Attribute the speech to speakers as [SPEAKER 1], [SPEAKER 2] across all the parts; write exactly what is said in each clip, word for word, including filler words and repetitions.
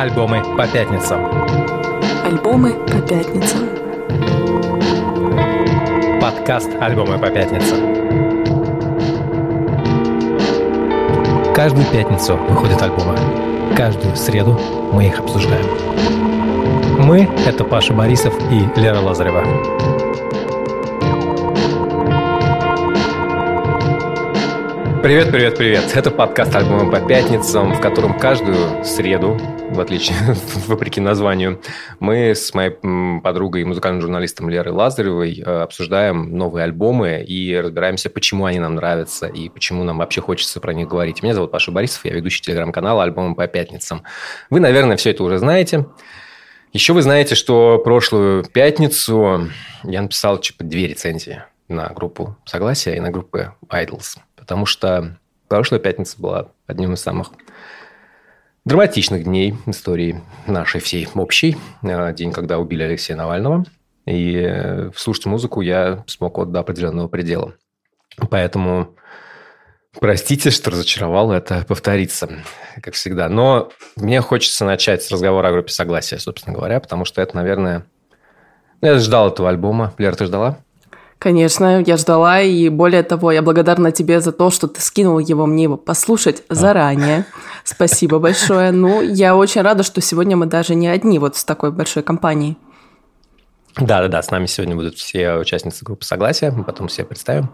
[SPEAKER 1] Альбомы по пятницам.
[SPEAKER 2] Альбомы по пятницам.
[SPEAKER 1] Подкаст «Альбомы по пятницам». Каждую пятницу выходят альбомы. Каждую среду мы их обсуждаем. Мы — это Паша Борисов и Лера Лазарева. Привет, привет, привет. Это подкаст «Альбомы по пятницам», в котором каждую среду, в отличие, вопреки названию, мы с моей подругой и музыкальным журналистом Лерой Лазаревой обсуждаем новые альбомы и разбираемся, почему они нам нравятся и почему нам вообще хочется про них говорить. Меня зовут Паша Борисов, я ведущий телеграм-канала «Альбомы по пятницам». Вы, наверное, все это уже знаете. Еще вы знаете, что прошлую пятницу я написал типа две рецензии на группу «Согласие» и на группу «Idols». Потому что прошлая пятница была одним из самых драматичных дней истории нашей всей общей. День, когда убили Алексея Навального. И слушать музыку я смог вот до определенного предела. Поэтому простите, что разочаровал, это повторится, как всегда. Но мне хочется начать с разговора о группе «Согласие», собственно говоря, потому что это, наверное... Я ждал этого альбома. Лера, ты ждала?
[SPEAKER 2] Конечно, я ждала, и более того, я благодарна тебе за то, что ты скинул его мне его послушать а. заранее. Спасибо большое. Ну, я очень рада, что сегодня мы даже не одни вот с такой большой компанией.
[SPEAKER 1] Да-да-да, с нами сегодня будут все участницы группы «Согласие», мы потом все представим.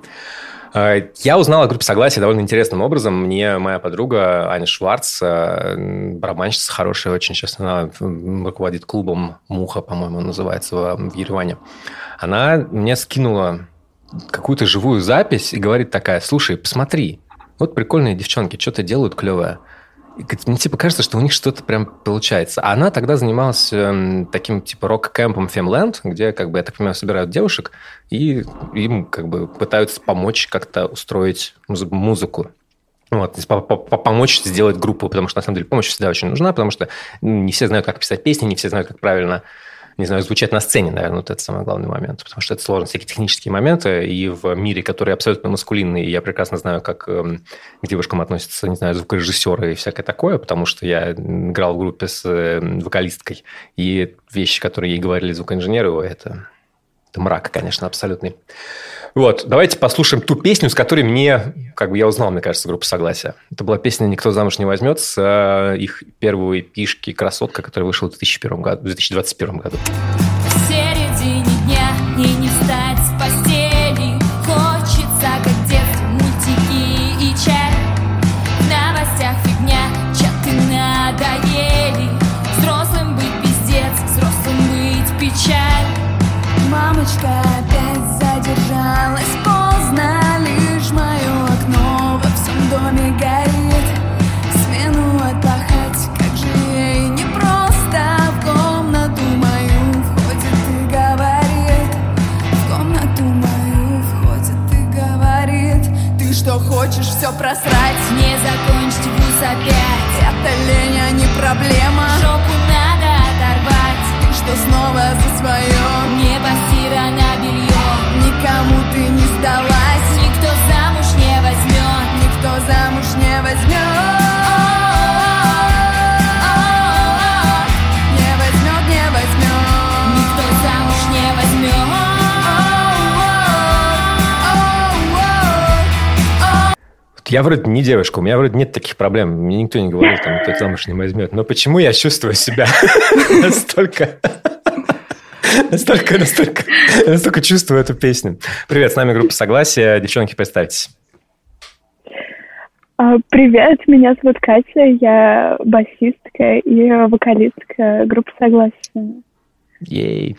[SPEAKER 1] Я узнал о группе «Согласие» довольно интересным образом. Мне моя подруга Аня Шварц, барабанщица хорошая очень, сейчас она руководит клубом «Муха», по-моему, он называется, в Ереване. Она мне скинула какую-то живую запись и говорит такая: слушай, посмотри, вот прикольные девчонки, что-то делают клевое. И мне типа кажется, что у них что-то прям получается. А она тогда занималась э, таким типа рок-кэмпом Femland, где, как бы, я так понимаю, собирают девушек и им как бы пытаются помочь как-то устроить музыку. Вот, помочь сделать группу, потому что, на самом деле, помощь всегда очень нужна, потому что не все знают, как писать песни, не все знают, как правильно, не знаю, звучать на сцене, наверное, вот это самый главный момент, потому что это сложно, всякие технические моменты, и в мире, который абсолютно маскулинный, я прекрасно знаю, как к девушкам относятся, не знаю, звукорежиссеры и всякое такое, потому что я играл в группе с вокалисткой, и вещи, которые ей говорили звукоинженеры, это... Это мрак, конечно, абсолютный. Вот, давайте послушаем ту песню, с которой мне, как бы я узнал, мне кажется, группа «Согласие». Это была песня «Никто замуж не возьмет» с их первой эпишки «Красотка», которая вышла в две тысячи первом году, в две тысячи двадцать первом году.
[SPEAKER 3] В середине дня и не встать с постели, хочется, как в детстве, мультики и чай. В новостях фигня, чаты надоели, взрослым быть пиздец, взрослым быть печаль. Мамочка опять задержалась поздно, лишь мое окно во всем доме горит. Смену отпахать, как же ей непросто. В комнату мою входит и говорит, в комнату мою входит и говорит: ты что, хочешь все просрать? Не закончить вуз опять, это лень, а не проблема. Жопу надо оторвать, ты что, снова за свое? Не постирано белье, никому ты не сдалась. Никто замуж не возьмет, никто замуж не возьмет. Не возьмет, не возьмет, никто замуж не возьмет.
[SPEAKER 1] Я вроде не девушка, у меня вроде нет таких проблем. Мне никто не говорит, там, никто замуж не возьмет. Но почему я чувствую себя настолько... Настолько, настолько, настолько чувствую эту песню. Привет, с нами группа «Согласие». Девчонки, представьтесь.
[SPEAKER 4] Привет, меня зовут Катя, я басистка и вокалистка группы «Согласие».
[SPEAKER 1] Ей.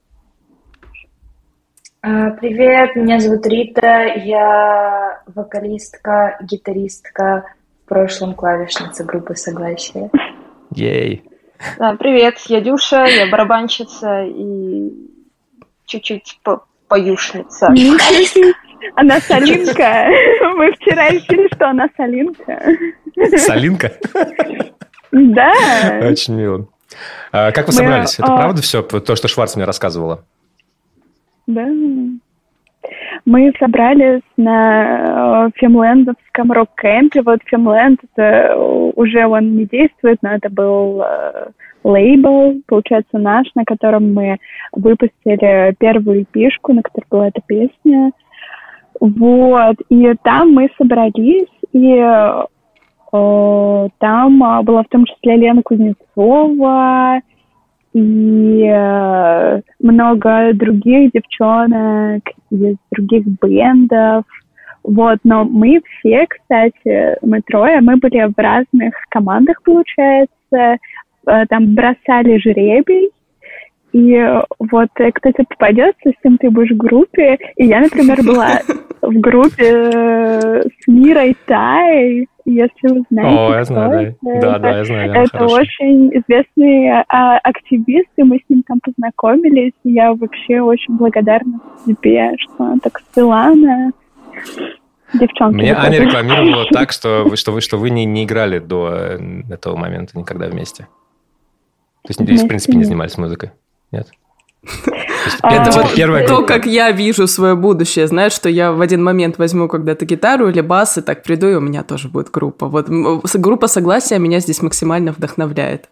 [SPEAKER 5] Привет, меня зовут Рита, я вокалистка, гитаристка, в прошлом клавишница группы «Согласие».
[SPEAKER 1] Ей.
[SPEAKER 6] Да, привет, я Дюша, я барабанщица и чуть-чуть по поюшница.
[SPEAKER 4] Она солинка. Мы вчера решили, что она солинка.
[SPEAKER 1] Солинка?
[SPEAKER 4] Да.
[SPEAKER 1] Очень мило. А как вы собрались? Это правда все, то, что Шварц мне рассказывала?
[SPEAKER 4] Да. мы собрались на финлендовском рок-кэмпе. Вот Финленд, это уже он не действует, но это был лейбл, получается, наш, на котором мы выпустили первую эпишку, на которой была эта песня. Вот, и там мы собрались, и э, там была в том числе Лена Кузнецова и э, много других девчонок из других бэндов. Вот, но мы все, кстати, мы трое, мы были в разных командах, получается, э, там бросали жребий. И вот кто тебе попадется, с кем ты будешь в группе. И я, например, была в группе с Мирой Тай, если вы знаете.
[SPEAKER 1] О, я знаю, да. Да, да, я знаю.
[SPEAKER 4] Это хорошо. Очень известный а, активист, и мы с ним там познакомились. И я вообще очень благодарна тебе, что она так свела на девчонки.
[SPEAKER 1] Мне Аня рекламировала так, что вы, что вы, что вы не, не играли до этого момента никогда вместе. То есть, в принципе, не занимались музыкой. Нет?
[SPEAKER 2] Это вот первое то, как я вижу свое будущее. Знаешь, что я в один момент возьму когда-то гитару или бас, и так приду, и у меня тоже будет группа. Вот группа «Согласия» меня здесь максимально вдохновляет.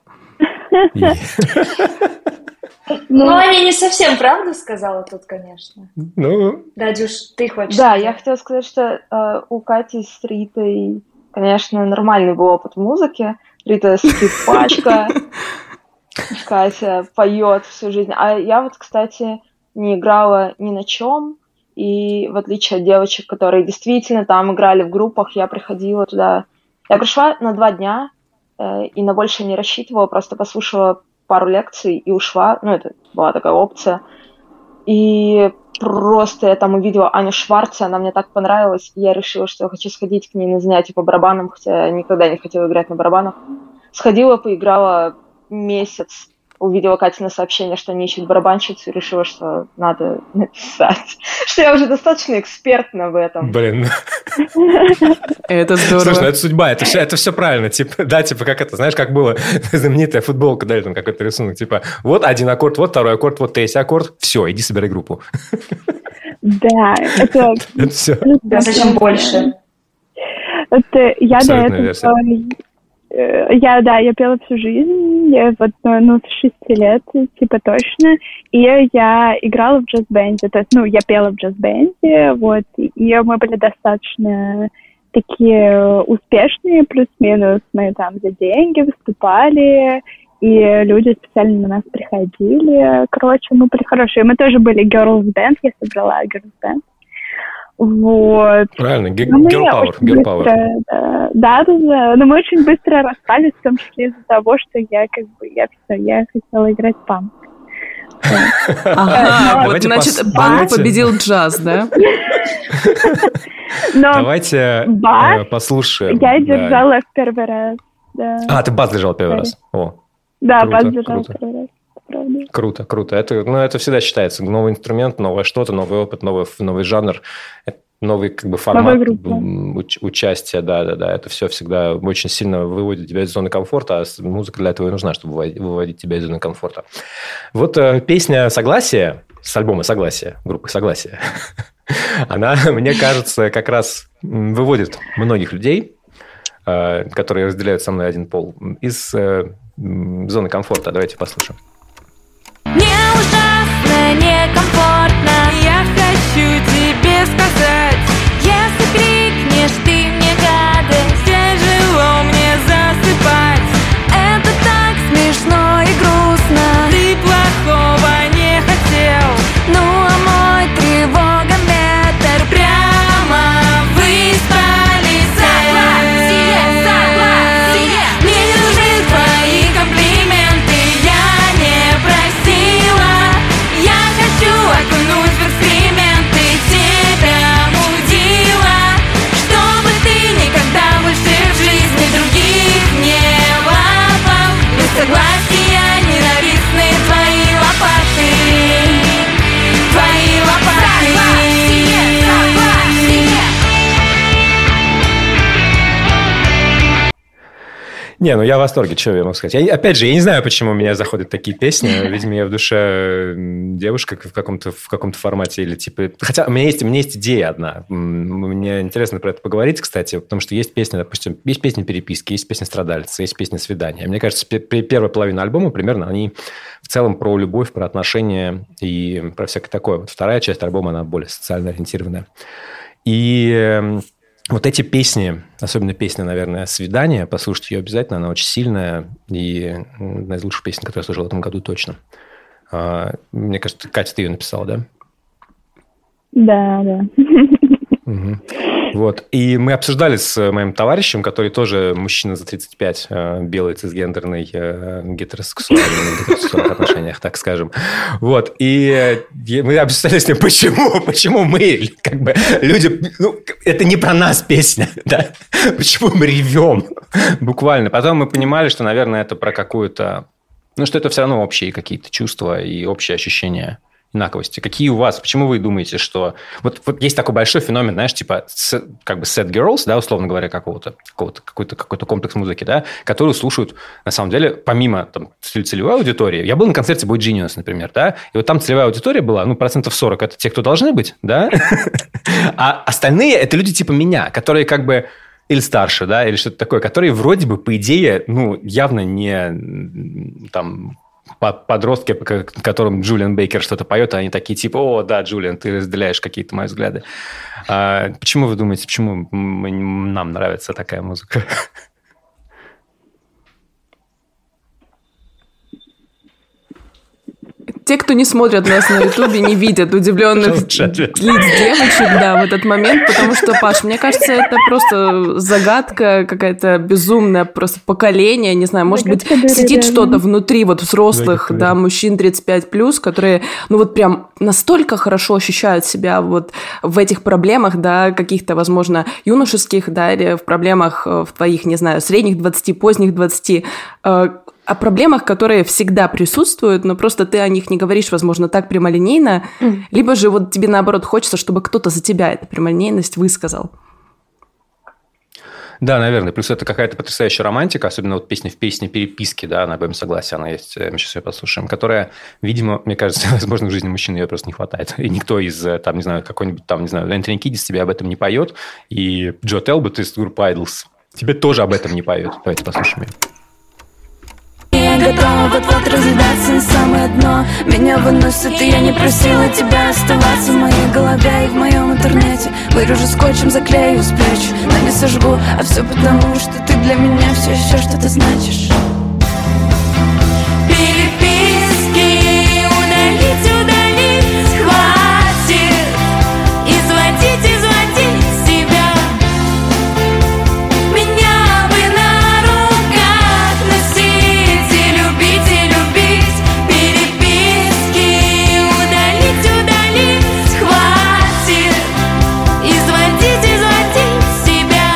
[SPEAKER 5] Ну, Аня не совсем правду сказала тут, конечно.
[SPEAKER 1] Ну...
[SPEAKER 5] Да, Дюш, ты хочешь?
[SPEAKER 6] Да, я хотела сказать, что э, у Кати с Ритой, конечно, нормальный был опыт музыки. Рита скрипачка, Катя поет всю жизнь. А я вот, кстати, не играла ни на чем. И в отличие от девочек, которые действительно там играли в группах, я приходила туда... Я пришла на два дня э, и на больше не рассчитывала, просто послушала пару лекций и ушла. Ну, это была такая опция. И просто я там увидела Аню Шварц, она мне так понравилась, и я решила, что я хочу сходить к ней на занятия по барабанам, хотя я никогда не хотела играть на барабанах. Сходила, поиграла месяц, увидела Катина сообщение, что они ищут барабанщицу, и решила, что надо написать, что я уже достаточно экспертна в этом.
[SPEAKER 1] Блин.
[SPEAKER 2] Это здорово.
[SPEAKER 1] Слушай, ну это судьба, это все, это все правильно. Типа, да, типа, как это, знаешь, как было знаменитая футболка, дали там какой-то рисунок, типа, вот один аккорд, вот второй аккорд, вот третий аккорд, все, иди собирай группу.
[SPEAKER 4] Да, это...
[SPEAKER 1] Это все.
[SPEAKER 5] Да, зачем больше?
[SPEAKER 4] Это я до этого... Я, да, я пела всю жизнь, я вот, ну, с шести лет, типа, точно, и я играла в джаз-бенде, то есть, ну, я пела в джаз-бенде, вот, и мы были достаточно такие успешные, плюс-минус, мы там за деньги выступали, и люди специально на нас приходили, короче, мы были хорошие, мы тоже были girls band, я собрала girls band. Вот.
[SPEAKER 1] Правильно, г- girl power, girl power.
[SPEAKER 4] Да, да, да, но мы очень быстро расстались, в том числе из-за того, что я как бы, я все, я хотела играть панк.
[SPEAKER 2] Ага, вот, значит, панк победил джаз, да?
[SPEAKER 1] Давайте послушаем.
[SPEAKER 4] Я держала в первый раз.
[SPEAKER 1] А, ты бас держала первый раз?
[SPEAKER 4] Да, бас держала первый раз. Правда.
[SPEAKER 1] Круто, круто. Это, ну, это всегда считается. Новый инструмент, новое что-то, новый опыт, новый, новый жанр, новый как бы формат уч- участия. Да, да, да. Это все всегда очень сильно выводит тебя из зоны комфорта, а музыка для этого и нужна, чтобы выводить, выводить тебя из зоны комфорта. Вот э, песня «Согласие» с альбома «Согласие», группы «Согласие», она, мне кажется, как раз выводит многих людей, э, которые разделяют со мной один пол, из э, зоны комфорта. Давайте послушаем.
[SPEAKER 3] Мне ужасно некомфортно, я хочу тебе сказать, если крикнешь ты мне гадость, тяжело мне засыпать. Это так смешно и грустно, ты плохого не хотел. Ну а мой тревогометр прямо выспали. Согласие, согласие, мне не нужны твои комплименты, я не просила. Я хочу окунуть в эксперименты тебя, мудила, чтобы ты
[SPEAKER 1] Не, ну я в восторге, что я могу сказать. Я, опять же, я не знаю, почему у меня заходят такие песни. Видимо, я в душе девушка в каком-то, в каком-то формате. Или типа... Хотя у меня, есть, у меня есть идея одна. Мне интересно про это поговорить, кстати, потому что есть песни, допустим, есть песни переписки, есть песни страдальца, есть песни свидания. Мне кажется, первая половина альбома примерно, они в целом про любовь, про отношения и про всякое такое. Вот вторая часть альбома, она более социально ориентированная. И... Вот эти песни, особенно песня, наверное, «Свидание», послушайте ее обязательно, она очень сильная и одна из лучших песен, которую я слушал в этом году точно. Мне кажется, Катя, ты ее написала, да?
[SPEAKER 4] Да, да.
[SPEAKER 1] Угу. Вот. И мы обсуждали с моим товарищем, который тоже мужчина за тридцать пять, белый, цисгендерный, гетеросексуальный, в гетеросексуальных отношениях, так скажем. Вот. И мы обсуждали с ним, почему, почему мы, как бы, люди... Ну, это не про нас песня, да? Почему мы ревем? Буквально. Потом мы понимали, что, наверное, это про какую-то... Ну, что это все равно общие какие-то чувства и общие ощущения инаковости. Какие у вас? Почему вы думаете, что... Вот, вот есть такой большой феномен, знаешь, типа с, как бы sad girls, да, условно говоря, какого-то, какого-то какой-то, какой-то комплекс музыки, да, которую слушают, на самом деле, помимо там, целевой аудитории. Я был на концерте Boy Genius, например, да, и вот там целевая аудитория была, ну, процентов сорок это те, кто должны быть, да, а остальные это люди типа меня, которые как бы или старше, да, или что-то такое, которые вроде бы, по идее, ну, явно не там... подростки, которым Джулиан Бейкер что-то поет, они такие типа, о, да, Джулиан, ты разделяешь какие-то мои взгляды. А почему вы думаете, почему нам нравится такая музыка?
[SPEAKER 2] Те, кто не смотрят нас на Ютубе, не видят удивленных лиц девочек, да, в этот момент, потому что, Паш, мне кажется, это просто загадка какая-то безумная, просто поколение, не знаю, может быть, сидит что-то внутри вот взрослых, да, мужчин тридцать пять плюс, которые, ну вот прям настолько хорошо ощущают себя вот в этих проблемах, да, каких-то, возможно, юношеских, да, или в проблемах в твоих, не знаю, средних двадцати, поздних двадцати, о проблемах, которые всегда присутствуют, но просто ты о них не говоришь, возможно, так прямолинейно, mm. либо же вот тебе, наоборот, хочется, чтобы кто-то за тебя эту прямолинейность высказал.
[SPEAKER 1] Да, наверное. Плюс это какая-то потрясающая романтика, особенно вот песня в песне «Переписки», да, на обоим согласии, она есть, мы сейчас ее послушаем, которая, видимо, мне кажется, возможно, в жизни мужчин ее просто не хватает. И никто из, там, не знаю, какой-нибудь, там, не знаю, Энтони Кидис тебе об этом не поет, и Джо Телбот из группы Idols тебе тоже об этом не поет. Давайте послушаем ее.
[SPEAKER 3] Я готова вот-вот разъедаться на самое дно. Меня выносит, и я не просила тебя оставаться в моей голове и в моем интернете. Вырежу скотчем, заклею, спрячу, но не сожгу. А все потому, что ты для меня все еще что-то значишь. Переписки удалить, удалить, хватит изводить, изводить себя. Меня бы на руках носить и любить, и любить. Переписки удалить, удалить, хватит изводить, изводить себя.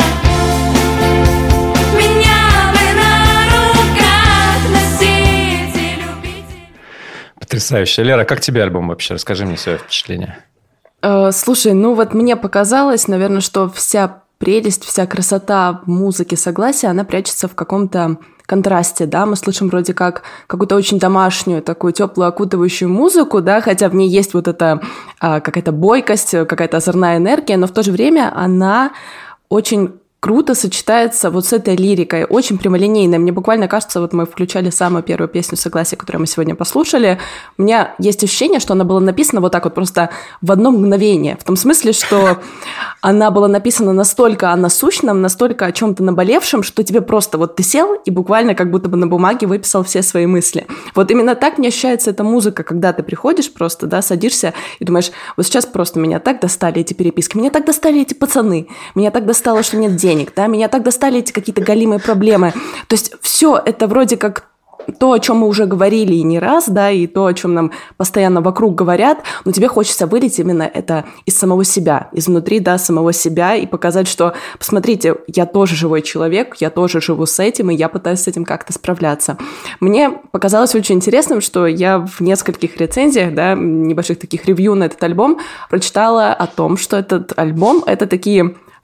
[SPEAKER 3] Меня бы на руках носить и любить.
[SPEAKER 1] Потрясающе. Лера, как тебе альбом вообще? Расскажи мне свое впечатление.
[SPEAKER 2] Э, Слушай, ну вот мне показалось, наверное, что вся прелесть, вся красота в музыке согласия, она прячется в каком-то контрасте, да, мы слышим вроде как какую-то очень домашнюю, такую теплую, окутывающую музыку, да, хотя в ней есть вот эта а, какая-то бойкость, какая-то озорная энергия, но в то же время она очень круто сочетается вот с этой лирикой, очень прямолинейной. Мне буквально кажется, вот мы включали самую первую песню «Согласие», которую мы сегодня послушали, у меня есть ощущение, что она была написана вот так вот просто в одно мгновение, в том смысле, что она была написана настолько о насущном, настолько о чем-то наболевшем, что тебе просто вот ты сел и буквально как будто бы на бумаге выписал все свои мысли. Вот именно так мне ощущается эта музыка, когда ты приходишь просто, да, садишься и думаешь, вот сейчас просто меня так достали эти переписки, меня так достали эти пацаны, меня так достало, что нет денег, да, меня так достали эти какие-то галимые проблемы. То есть все это вроде как то, о чем мы уже говорили и не раз, да, и то, о чем нам постоянно вокруг говорят, но тебе хочется вылить именно это из самого себя, изнутри, да, самого себя, и показать, что, посмотрите, я тоже живой человек, я тоже живу с этим, и я пытаюсь с этим как-то справляться. Мне показалось очень интересным, что я в нескольких рецензиях, да, небольших таких ревью на этот альбом прочитала о том, что этот альбом — это такие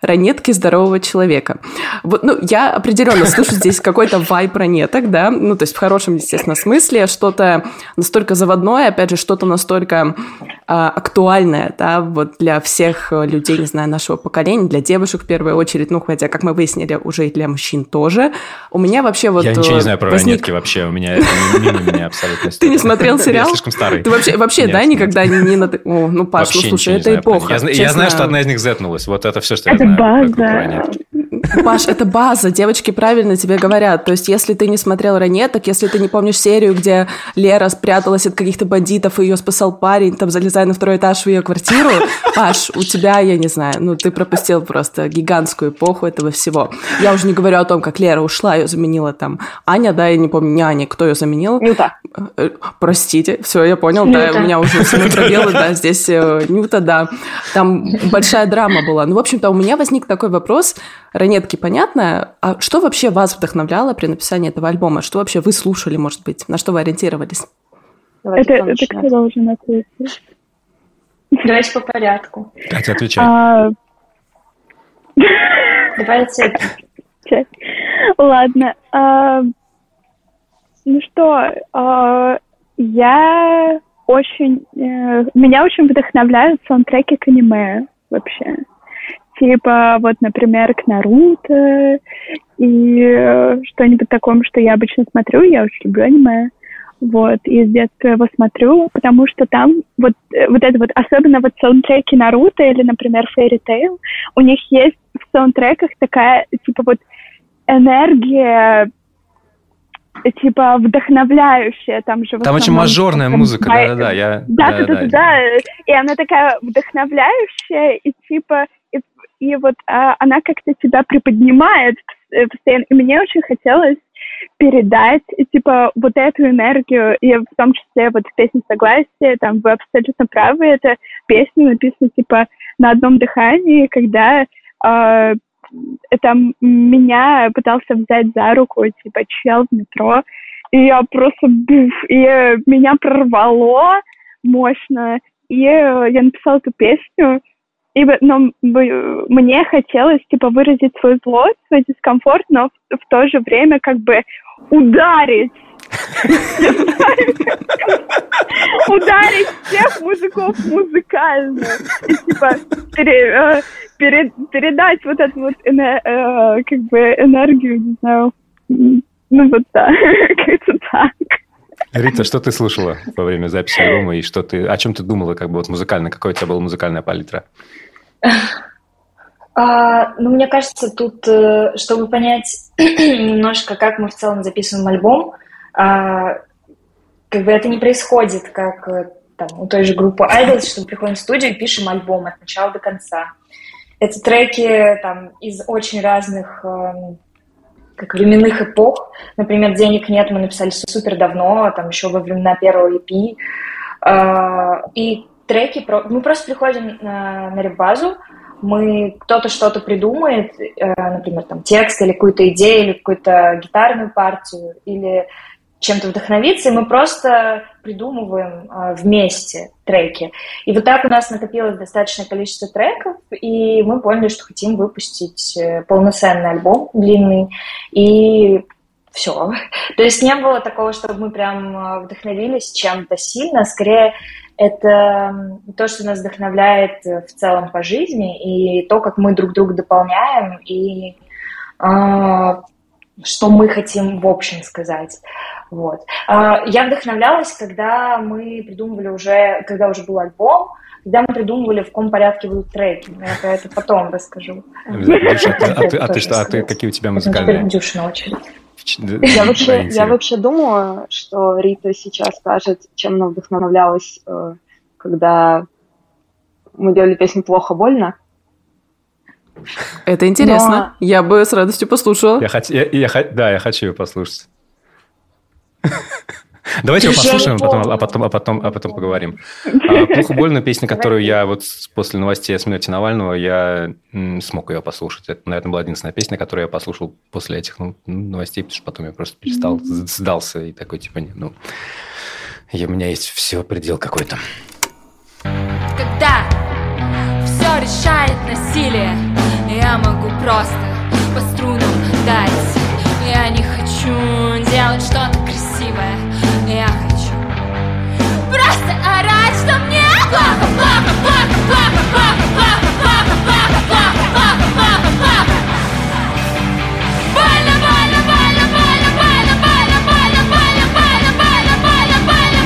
[SPEAKER 2] ранетки здорового человека. Вот, ну, я определенно слышу здесь какой-то вайб ранеток, да, ну, то есть в хорошем, естественно, смысле, что-то настолько заводное, опять же, что-то настолько а, актуальное, да, вот для всех людей, не знаю, нашего поколения, для девушек в первую очередь, ну, хотя, как мы выяснили, уже и для мужчин тоже. У меня вообще вот...
[SPEAKER 1] Я ничего не знаю про
[SPEAKER 2] возник...
[SPEAKER 1] ранетки вообще, у меня это мимо меня абсолютно.
[SPEAKER 2] Ты не смотрел сериал?
[SPEAKER 1] Я слишком старый.
[SPEAKER 2] Ты вообще, вообще да, никогда не... Ну, Паш, ну, слушай, это эпоха.
[SPEAKER 1] Я знаю, что одна из них зетнулась, вот это все, что я
[SPEAKER 4] знаю.
[SPEAKER 1] База.
[SPEAKER 2] Паш, это база, девочки правильно тебе говорят. То есть, если ты не смотрел ранеток, если ты не помнишь серию, где Лера спряталась от каких-то бандитов, и ее спасал парень, там, залезая на второй этаж в ее квартиру, Паш, у тебя, я не знаю, ну, ты пропустил просто гигантскую эпоху этого всего. Я уже не говорю о том, как Лера ушла, ее заменила там Аня, да, я не помню, не Аня, кто ее заменил?
[SPEAKER 6] Нюта.
[SPEAKER 2] Простите, все, я понял,
[SPEAKER 6] Нюта.
[SPEAKER 2] да, у меня уже все пробелы, да, здесь Нюта, да. Там большая драма была. Ну, в общем-то, у меня возник такой вопрос, ранетки, понятно, а что вообще вас вдохновляло при написании этого альбома? Что вообще вы слушали, может быть? На что вы ориентировались?
[SPEAKER 4] Давайте это, это кто должен ответить?
[SPEAKER 5] Давайте по порядку.
[SPEAKER 1] Катя, отвечай.
[SPEAKER 4] А...
[SPEAKER 5] Давайте.
[SPEAKER 4] Ладно. А... Ну что, а... я очень... Меня очень вдохновляют саундтреки к аниме вообще. Типа, вот, например, к Наруто и что-нибудь такое, что я обычно смотрю. Я очень люблю аниме. Вот, и с детства его смотрю, потому что там вот, вот это вот, особенно вот саундтреки Наруто или, например, Fairy Tail, у них есть в саундтреках такая, типа, вот, энергия, типа, вдохновляющая, там же...
[SPEAKER 1] Там очень мажорная там, музыка, бай... да-да-да. Я...
[SPEAKER 4] Да, да, да, да, да, и она такая вдохновляющая, и типа, и, и вот а, она как-то тебя приподнимает постоянно, и мне очень хотелось передать, типа, вот эту энергию, и в том числе вот в песне «Согласие», там, вы абсолютно правы, эта песня написана, типа, на одном дыхании, когда э, там меня пытался взять за руку, типа, чел в метро, и я просто, буф, и меня прорвало мощно, и я написала эту песню, и, но мне хотелось, типа, выразить свою злость, свой дискомфорт, но в, в то же время как бы ударить. Ударить всех мужиков музыкально. И, типа, передать вот эту вот как бы энергию, не знаю. Ну, вот так. Как-то так.
[SPEAKER 1] Рита, что ты слушала во время записи альбома, и что ты, о чем ты думала, как бы вот музыкально, какая у тебя была музыкальная палитра?
[SPEAKER 5] А, ну, мне кажется, тут, чтобы понять немножко, как мы в целом записываем альбом, а, как бы это не происходит, как там, у той же группы Idols, что мы приходим в студию и пишем альбом от начала до конца. Это треки там, из очень разных... как временных эпох. Например, «Денег нет» мы написали супер давно, там еще во времена первого и пи. И треки... Мы просто приходим на, на реп-базу, мы кто-то что-то придумает, например, там текст или какую-то идею, или какую-то гитарную партию, или чем-то вдохновиться, и мы просто придумываем э, вместе треки. И вот так у нас накопилось достаточное количество треков, и мы поняли, что хотим выпустить полноценный альбом длинный, и все. То есть не было такого, чтобы мы прям вдохновились чем-то сильно, скорее это то, что нас вдохновляет в целом по жизни, и то, как мы друг друга дополняем, и э, что мы хотим в общем сказать. Вот. Я вдохновлялась, когда мы придумывали уже, когда уже был альбом, когда мы придумывали, в каком порядке будут треки. Я про это потом расскажу.
[SPEAKER 1] Дюша, а ты, а ты что, а ты какие у тебя музыкальные?
[SPEAKER 5] Дюша на очередь.
[SPEAKER 6] Я вообще, я вообще думаю, что Рита сейчас скажет, чем она вдохновлялась, когда мы делали песню «Плохо, больно».
[SPEAKER 2] Это интересно. Но... Я бы с радостью послушала.
[SPEAKER 1] Я хот... я, я, да, я хочу ее послушать. Давайте его послушаем, потом, а, потом, а, потом, а потом поговорим. А, «Плохо, больно» песня, которую я вот после новостей о смерти Навального, я м, смог ее послушать. Это, наверное, была единственная песня, которую я послушал после этих ну, новостей, потому что потом я просто перестал, сдался и такой, типа, не, ну, и у меня есть все, предел какой-то.
[SPEAKER 3] Когда все решает насилие, я могу просто по струнам дать. Я не хочу делать что-то красивое, я хочу просто орать, что мне плохо, плохо, плохо, плохо, плохо, плохо, плохо, плохо, плохо, плохо, плохо, плохо. Больно, больно, больно, больно, больно, больно, больно, больно, больно, больно, больно, больно.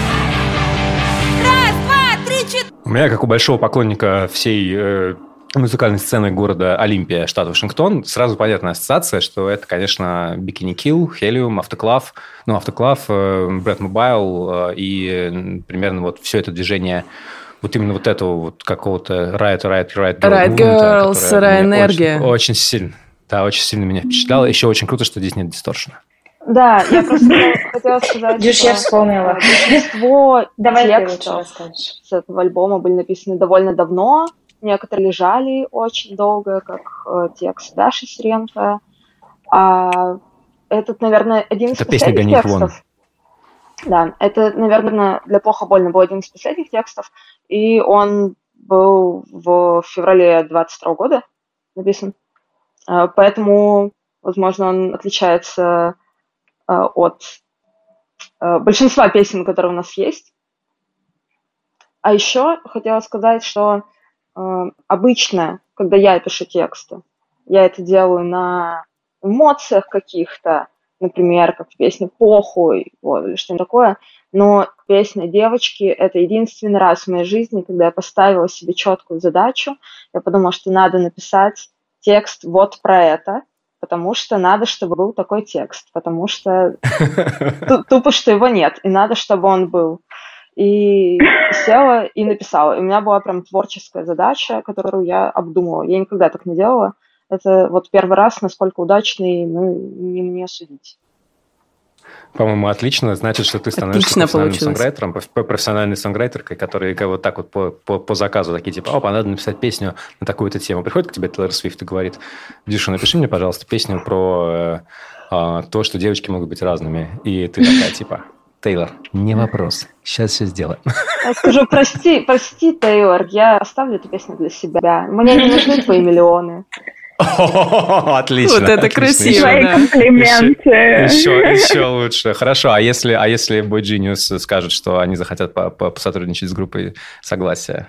[SPEAKER 3] Раз, два, три, четыре.
[SPEAKER 1] У меня, как у большого поклонника всей э, музыкальной сцены города Олимпия, штат Вашингтон, сразу понятная ассоциация, что это, конечно, Bikini Kill, Helium, Автоклав, ну, Автоклав, Bread Mobile э, и э, примерно вот все это движение, вот именно вот этого вот какого-то Riot, Riot, Riot Girl,
[SPEAKER 2] Riot Girl, сырая энергия.
[SPEAKER 1] Очень, очень сильно, да, очень сильно меня впечатляло. Еще очень круто, что здесь нет дисторшена.
[SPEAKER 6] Да, я просто хотела сказать,
[SPEAKER 5] Дюш, я вспомнила.
[SPEAKER 6] большинство
[SPEAKER 5] Давай ты лучше
[SPEAKER 6] текстов
[SPEAKER 5] расскажешь.
[SPEAKER 6] с этого альбома были написаны довольно давно. Некоторые лежали очень долго, как э, текст Даши Сиренко. А этот, наверное, один из
[SPEAKER 1] Это песня
[SPEAKER 6] последних
[SPEAKER 1] «Гони их вон».
[SPEAKER 6] текстов. Да, это, наверное, для «Плохо больно» был один из последних текстов. И он был в феврале двадцать второго года написан. Э, поэтому, возможно, он отличается э, от э, большинства песен, которые у нас есть. А еще хотела сказать, что э, обычно, когда я пишу тексты, я это делаю на эмоциях каких-то, например, как в песне «Похуй», вот, или что-нибудь такое. Но песня «Девочки» — это единственный раз в моей жизни, когда я поставила себе четкую задачу. Я подумала, что надо написать текст вот про это, потому что надо, чтобы был такой текст, потому что тупо, что его нет, и надо, чтобы он был. И села и написала. И у меня была прям творческая задача, которую я обдумывала. Я никогда так не делала. Это вот первый раз, насколько удачный, ну, не мне судить.
[SPEAKER 1] По-моему, отлично. Значит, что ты становишься
[SPEAKER 2] Отлично
[SPEAKER 1] профессиональным
[SPEAKER 2] получилось.
[SPEAKER 1] сонграйтером, проф- профессиональной сонграйтеркой, которая вот так вот по, по, по заказу такие, типа, опа, надо написать песню на такую-то тему. Приходит к тебе Тейлор Свифт и говорит: Дюша, напиши мне, пожалуйста, песню про э, э, то, что девочки могут быть разными. И ты такая, типа, Тейлор, не вопрос, сейчас все сделаем.
[SPEAKER 6] Я скажу: прости, прости, Тейлор, я оставлю эту песню для себя. Мне не нужны твои миллионы.
[SPEAKER 1] Отлично.
[SPEAKER 2] Вот это
[SPEAKER 1] отлично.
[SPEAKER 2] красиво,
[SPEAKER 1] Еще-
[SPEAKER 4] Твои
[SPEAKER 2] да.
[SPEAKER 4] комплименты.
[SPEAKER 1] Еще, еще лучше. Хорошо, а если, а если Boy Genius скажет, что они захотят по- по- посотрудничать с группой Согласия?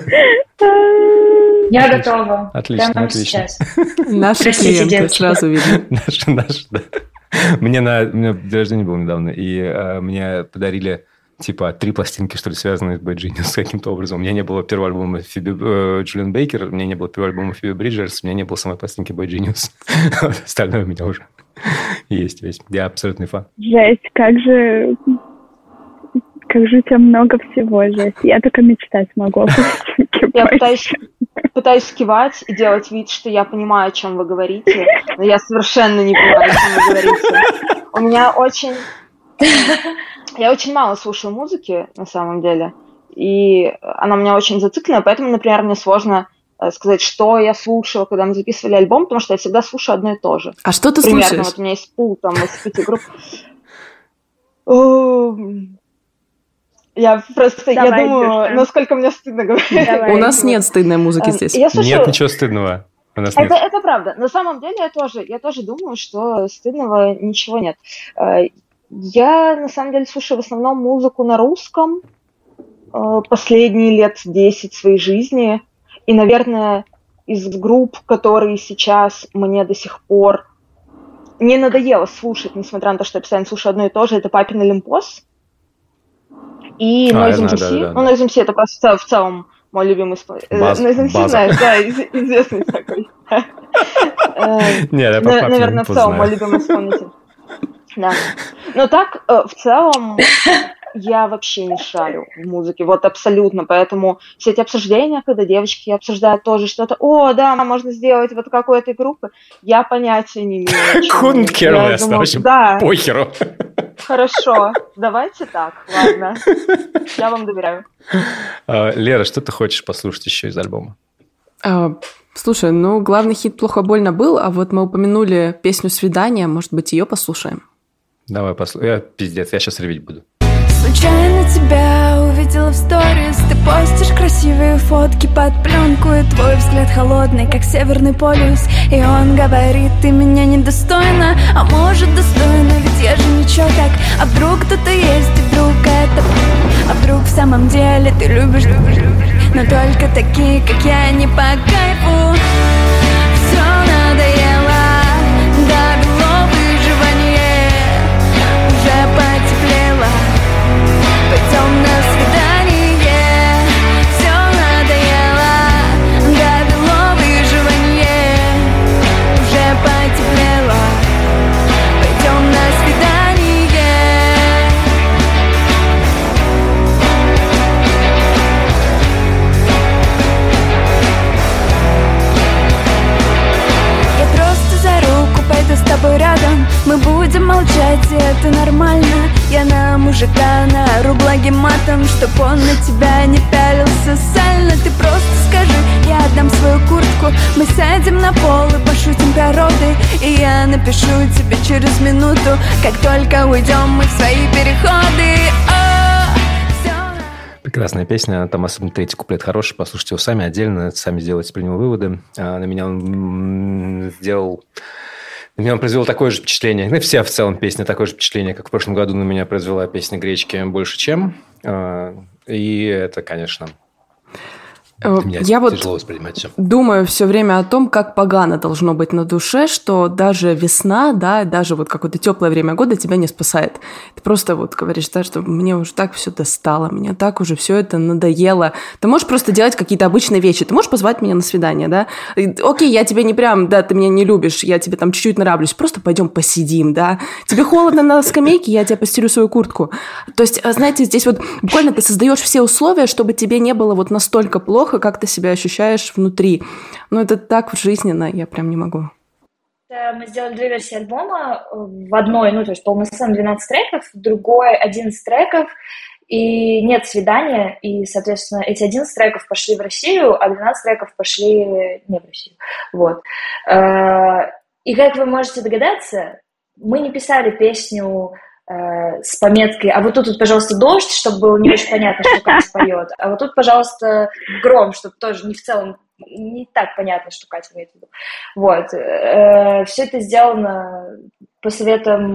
[SPEAKER 5] Я готова.
[SPEAKER 1] Отлично,
[SPEAKER 5] Прямо
[SPEAKER 1] отлично.
[SPEAKER 5] сейчас.
[SPEAKER 2] Наши
[SPEAKER 5] Простите,
[SPEAKER 2] клиенты,
[SPEAKER 5] девочки.
[SPEAKER 2] сразу видно.
[SPEAKER 1] Наш, наш, да. Мне на у меня день рождения был недавно, и э, мне подарили типа три пластинки, что ли, связанные с Boy Genius каким-то образом. У меня не было первого альбома Фиби, э, Джулиан Бейкер, у меня не было первого альбома Фиби Бриджерс, у меня не было самой пластинки Boy Genius. Остальное у меня уже есть весь. Я абсолютный фан.
[SPEAKER 4] Жесть, как же... Как же у тебя много всего, жесть. Я только мечтать могу.
[SPEAKER 6] Я пытаюсь, пытаюсь кивать и делать вид, что я понимаю, о чем вы говорите, но я совершенно не понимаю, о чем вы говорите. У меня очень... Я очень мало слушаю музыки, на самом деле, и она у меня очень зациклена, поэтому, например, мне сложно э, сказать, что я слушала, когда мы записывали альбом, потому что я всегда слушаю одно и то же.
[SPEAKER 2] А что ты
[SPEAKER 6] Примерно,
[SPEAKER 2] слушаешь?
[SPEAKER 6] вот у меня есть пул там из пяти групп. О, Я просто, я
[SPEAKER 4] Давай,
[SPEAKER 6] думаю,
[SPEAKER 4] Дюша.
[SPEAKER 6] насколько мне стыдно говорить.
[SPEAKER 4] Давай.
[SPEAKER 2] У нас нет стыдной музыки
[SPEAKER 6] Эм,
[SPEAKER 2] здесь.
[SPEAKER 6] Я слушаю...
[SPEAKER 1] Нет ничего стыдного. У нас
[SPEAKER 6] Это,
[SPEAKER 1] нет.
[SPEAKER 6] это правда. На самом деле я тоже, я тоже думаю, что стыдного ничего нет. Э, Я, на самом деле, слушаю в основном музыку на русском э, последние лет десять своей жизни. И, наверное, из групп, которые сейчас мне до сих пор не надоело слушать, несмотря на то, что я постоянно слушаю одно и то же, это Папин Олимпос и
[SPEAKER 1] А, я
[SPEAKER 6] Noise
[SPEAKER 1] знаю,
[SPEAKER 6] эм си.
[SPEAKER 1] да-да-да.
[SPEAKER 6] Ну, Noise эм си это просто в цел- в целом мой любимый исполнитель.
[SPEAKER 1] Баз-
[SPEAKER 6] Noise эм си,
[SPEAKER 1] база.
[SPEAKER 6] знаешь, да, из- известный такой. Э,
[SPEAKER 1] Нет, я по
[SPEAKER 6] на-
[SPEAKER 1] папе
[SPEAKER 6] Наверное, в
[SPEAKER 1] не
[SPEAKER 6] целом мой
[SPEAKER 1] знаю.
[SPEAKER 6] любимый исполнитель. Да. Но так, э, в целом, я вообще не шарю в музыке, вот абсолютно, поэтому все эти обсуждения, когда девочки обсуждают тоже что-то, о, да, можно сделать вот как у этой группы, я понятия не имею. о чем
[SPEAKER 1] Couldn't
[SPEAKER 6] они.
[SPEAKER 1] care
[SPEAKER 6] Я
[SPEAKER 1] less,
[SPEAKER 6] думаю,
[SPEAKER 1] в общем,
[SPEAKER 6] да,
[SPEAKER 1] похеру.
[SPEAKER 6] хорошо, давайте так, ладно, я вам доверяю.
[SPEAKER 1] А, Лера, что ты хочешь послушать еще из альбома?
[SPEAKER 2] А, слушай, ну, главный хит «Плохо больно» был, а вот мы упомянули песню «Свидание», может быть, ее послушаем?
[SPEAKER 1] Давай послушаем. Я, пиздец, я сейчас реветь буду.
[SPEAKER 3] Случайно тебя увидела в сторис. Ты постишь красивые фотки под пленку, и твой взгляд холодный, как Северный полюс. И он говорит, ты меня недостойна. А может достойна, ведь я же ничего так. А вдруг кто-то есть, и вдруг это... А вдруг в самом деле ты любишь, любишь, любишь, но только такие, как я, не по кайфу. Все надоело, добило выживание. Уже потеплело, пойдем на свидание. Все надоело, добило выживание. Уже потеплело, пойдем на свидание. Пойду с тобой рядом, мы будем молчать, и это нормально. Я на мужика наору благим матом, чтоб он на тебя не пялился сально. Ты просто скажи, я отдам свою куртку. Мы сядем на пол и пошутим про роды, и я напишу тебе через минуту, как только уйдем мы в свои переходы. О, всё...
[SPEAKER 1] Прекрасная песня, там особенно третий куплет хороший, послушайте его сами отдельно, сами сделайте про него выводы. А на меня он сделал... На меня он произвел такое же впечатление, ну и все в целом песня такое же впечатление, как в прошлом году на меня произвела песня «Гречки» «Больше чем». И это, конечно...
[SPEAKER 2] Я вот думаю все время о том, как погано должно быть на душе, что даже весна, да, даже вот какое-то теплое время года тебя не спасает. Ты просто вот говоришь, да, что мне уже так все достало, мне так уже все это надоело. Ты можешь просто делать какие-то обычные вещи. Ты можешь позвать меня на свидание, да? И, окей, я тебе не прям, да, ты меня не любишь, я тебе там чуть-чуть нравлюсь, просто пойдем посидим, да? Тебе холодно на скамейке, я тебе постелю свою куртку. То есть, знаете, здесь вот буквально ты создаешь все условия, чтобы тебе не было вот настолько плохо, как ты себя ощущаешь внутри. Но это так жизненно, я прям не могу.
[SPEAKER 5] Мы сделали две версии альбома. В одной, ну, то есть полноценно двенадцать треков, в другой одиннадцать треков, и нет свидания, и, соответственно, эти одиннадцать треков пошли в Россию, а двенадцать треков пошли не в Россию. Вот. И как вы можете догадаться, мы не писали песню с пометкой, а вот тут, вот, пожалуйста, дождь, чтобы было не очень понятно, что Катя поет, а вот тут, пожалуйста, гром, чтобы тоже не в целом, не так понятно, что Катя имеет в виду. Вот. Все это сделано по советам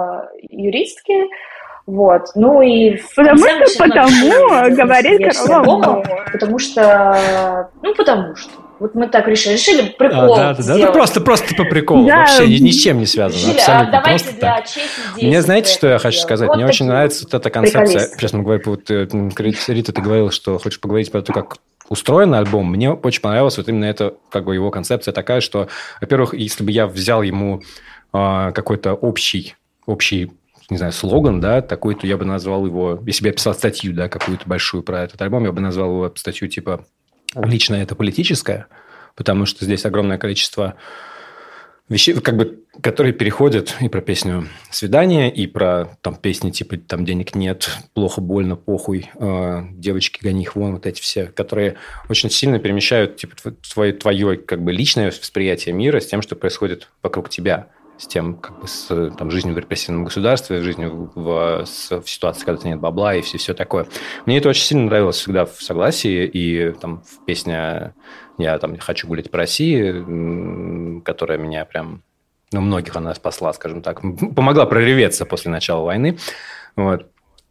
[SPEAKER 5] юристки, вот. Ну и...
[SPEAKER 4] Потому что потому, говорит Королова.
[SPEAKER 5] Потому что... Ну, потому что. Вот мы так решили. Решили прикол
[SPEAKER 1] а, да,
[SPEAKER 5] сделать.
[SPEAKER 1] Да, ну просто, просто по приколу. Да. Вообще ни, ни с чем не связано.
[SPEAKER 5] Решили,
[SPEAKER 1] абсолютно.
[SPEAKER 5] А давайте
[SPEAKER 1] просто
[SPEAKER 5] для
[SPEAKER 1] так.
[SPEAKER 5] чести
[SPEAKER 1] Мне знаете, что я хочу
[SPEAKER 5] сделать?
[SPEAKER 1] сказать?
[SPEAKER 5] Вот
[SPEAKER 1] Мне очень нравится вот эта концепция. Честно говоря, вот, Рита, ты говорила, что хочешь поговорить про то, как устроен альбом. Мне очень понравилась вот именно эта, как бы, его концепция такая, что, во-первых, если бы я взял ему э, какой-то общий, общий не знаю, слоган, да, такой, то я бы назвал его, если бы я писал статью, да, какую-то большую про этот альбом, я бы назвал его статью типа «Личное – это политическое», потому что здесь огромное количество вещей, как бы, которые переходят и про песню «Свидание», и про там, песни типа там «Денег нет», «Плохо, больно, похуй», э, «Девочки, гони их вон», вот эти все, которые очень сильно перемещают типа, твое, твое как бы, личное восприятие мира с тем, что происходит вокруг тебя. С тем, как бы, с там, жизнью в репрессивном государстве, жизнью в, с, в ситуации, когда нет бабла и все, все такое. Мне это очень сильно нравилось всегда в «Согласии», и там в песне «Я там, хочу гулять по России», которая меня прям, ну, многих она спасла, скажем так, помогла прореветься после начала войны. Вот.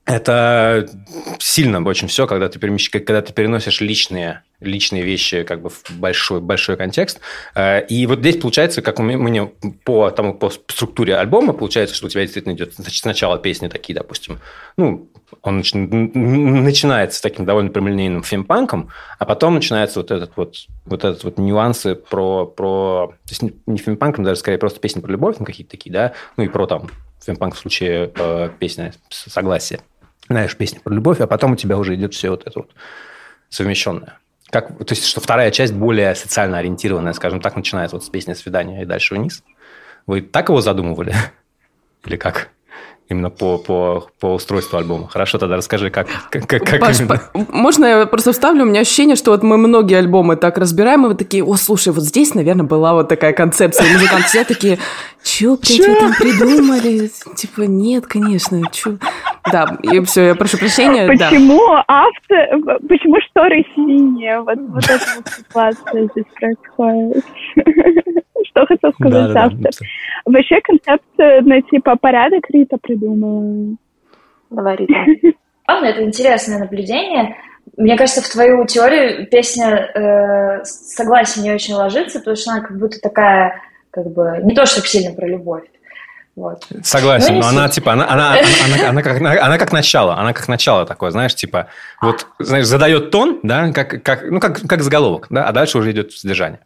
[SPEAKER 1] Это сильно очень все, когда ты, перемещ... когда ты переносишь личные, личные вещи как бы в большой, большой контекст. И вот здесь получается, как мне по, тому, по структуре альбома, получается, что у тебя действительно идет сначала песни такие, допустим, ну, он начи... начинается с таким довольно прямолинейным фемпанком, а потом начинается вот этот вот, вот этот вот нюансы про, про... То есть не фемпанком, даже скорее просто песни про любовь, ну, какие-то такие, да, ну, и про там фемпанк в случае э, песня «Согласие». Знаешь, песни про любовь, а потом у тебя уже идет все вот это вот совмещенное. Как, то есть, что вторая часть более социально ориентированная, скажем так, начинается вот с песни «Свидание» и дальше вниз. Вы так его задумывали? Или как? Именно по, по, по устройству альбома. Хорошо, тогда расскажи, как, как, как
[SPEAKER 2] Паш,
[SPEAKER 1] именно.
[SPEAKER 2] По... Можно я просто вставлю? У меня ощущение, что вот мы многие альбомы так разбираем, и вот такие, о, слушай, вот здесь, наверное, была вот такая концепция. И музыканты все такие, чё, блядь, вы там придумали? Типа, нет, конечно, чё? Да, и все, я прошу прощения.
[SPEAKER 4] Почему да. автор, почему шторы синие? Вот, вот эта вот ситуация здесь происходит. Что хотел сказать да, автор? Да, да. Вообще концепцию, ну, типа, порядок Рита придумала.
[SPEAKER 5] Давай, Рита. Ладно, это интересное наблюдение. Мне кажется, в твою теорию песня э, «Согласие» не очень ложится, потому что она как будто такая, как бы, не то чтобы сильно про любовь. Вот.
[SPEAKER 1] Согласен, ну, но она типа, она, она, она, она, она, как, она как начало, она как начало такое, знаешь, типа, вот, знаешь, задает тон, да, как, как, ну, как, как заголовок, да, а дальше уже идет содержание.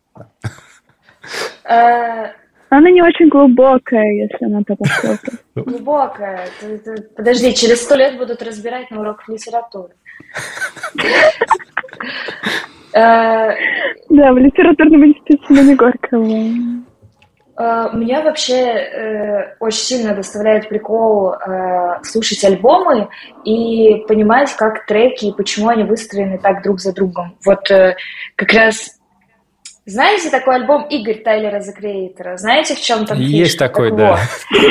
[SPEAKER 4] Она не очень глубокая, если она так посмотрит.
[SPEAKER 5] Глубокая. Подожди, через сто лет будут разбирать на уроках литературы.
[SPEAKER 4] Да, в литературном институте не Горького.
[SPEAKER 5] Мне вообще э, очень сильно доставляет прикол э, слушать альбомы и понимать, как треки и почему они выстроены так друг за другом. Вот э, как раз, знаете такой альбом Игорь Тайлера The Creator? Знаете, в чем там фишка?
[SPEAKER 1] Есть такой, так да.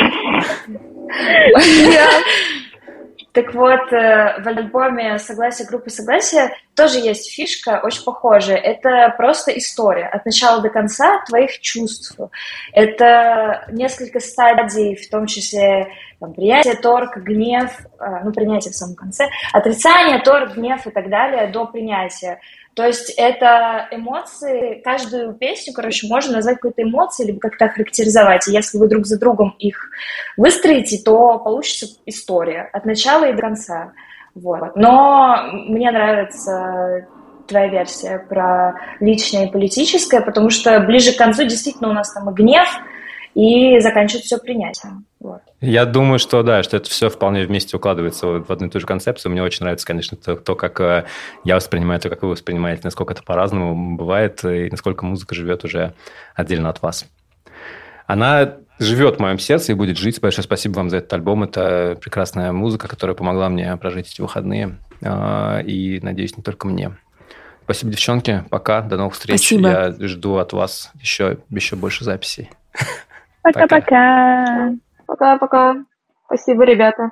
[SPEAKER 5] Так вот, в альбоме «Согласие» группы «Согласие» тоже есть фишка, очень похожая. Это просто история от начала до конца твоих чувств. Это несколько стадий, в том числе там, принятие, торг, гнев, ну, принятие в самом конце, отрицание, торг, гнев и так далее до принятия. То есть это эмоции, каждую песню, короче, можно назвать какой-то эмоцией, либо как-то охарактеризовать. И если вы друг за другом их выстроите, то получится история от начала и до конца. Вот. Но мне нравится твоя версия про личное и политическое, потому что ближе к концу действительно у нас там и гнев, и заканчивается все принятием. Вот.
[SPEAKER 1] Я думаю, что да, что это все вполне вместе укладывается в одну и ту же концепцию. Мне очень нравится, конечно, то, то как я воспринимаю, то, как вы воспринимаете, насколько это по-разному бывает, и насколько музыка живет уже отдельно от вас. Она живет в моем сердце и будет жить. Большое спасибо вам за этот альбом. Это прекрасная музыка, которая помогла мне прожить эти выходные. И, надеюсь, не только мне. Спасибо, девчонки. Пока. До новых встреч.
[SPEAKER 2] Спасибо.
[SPEAKER 1] Я жду от вас еще, еще больше записей.
[SPEAKER 4] Пока-пока.
[SPEAKER 6] Пока-пока. Спасибо, ребята.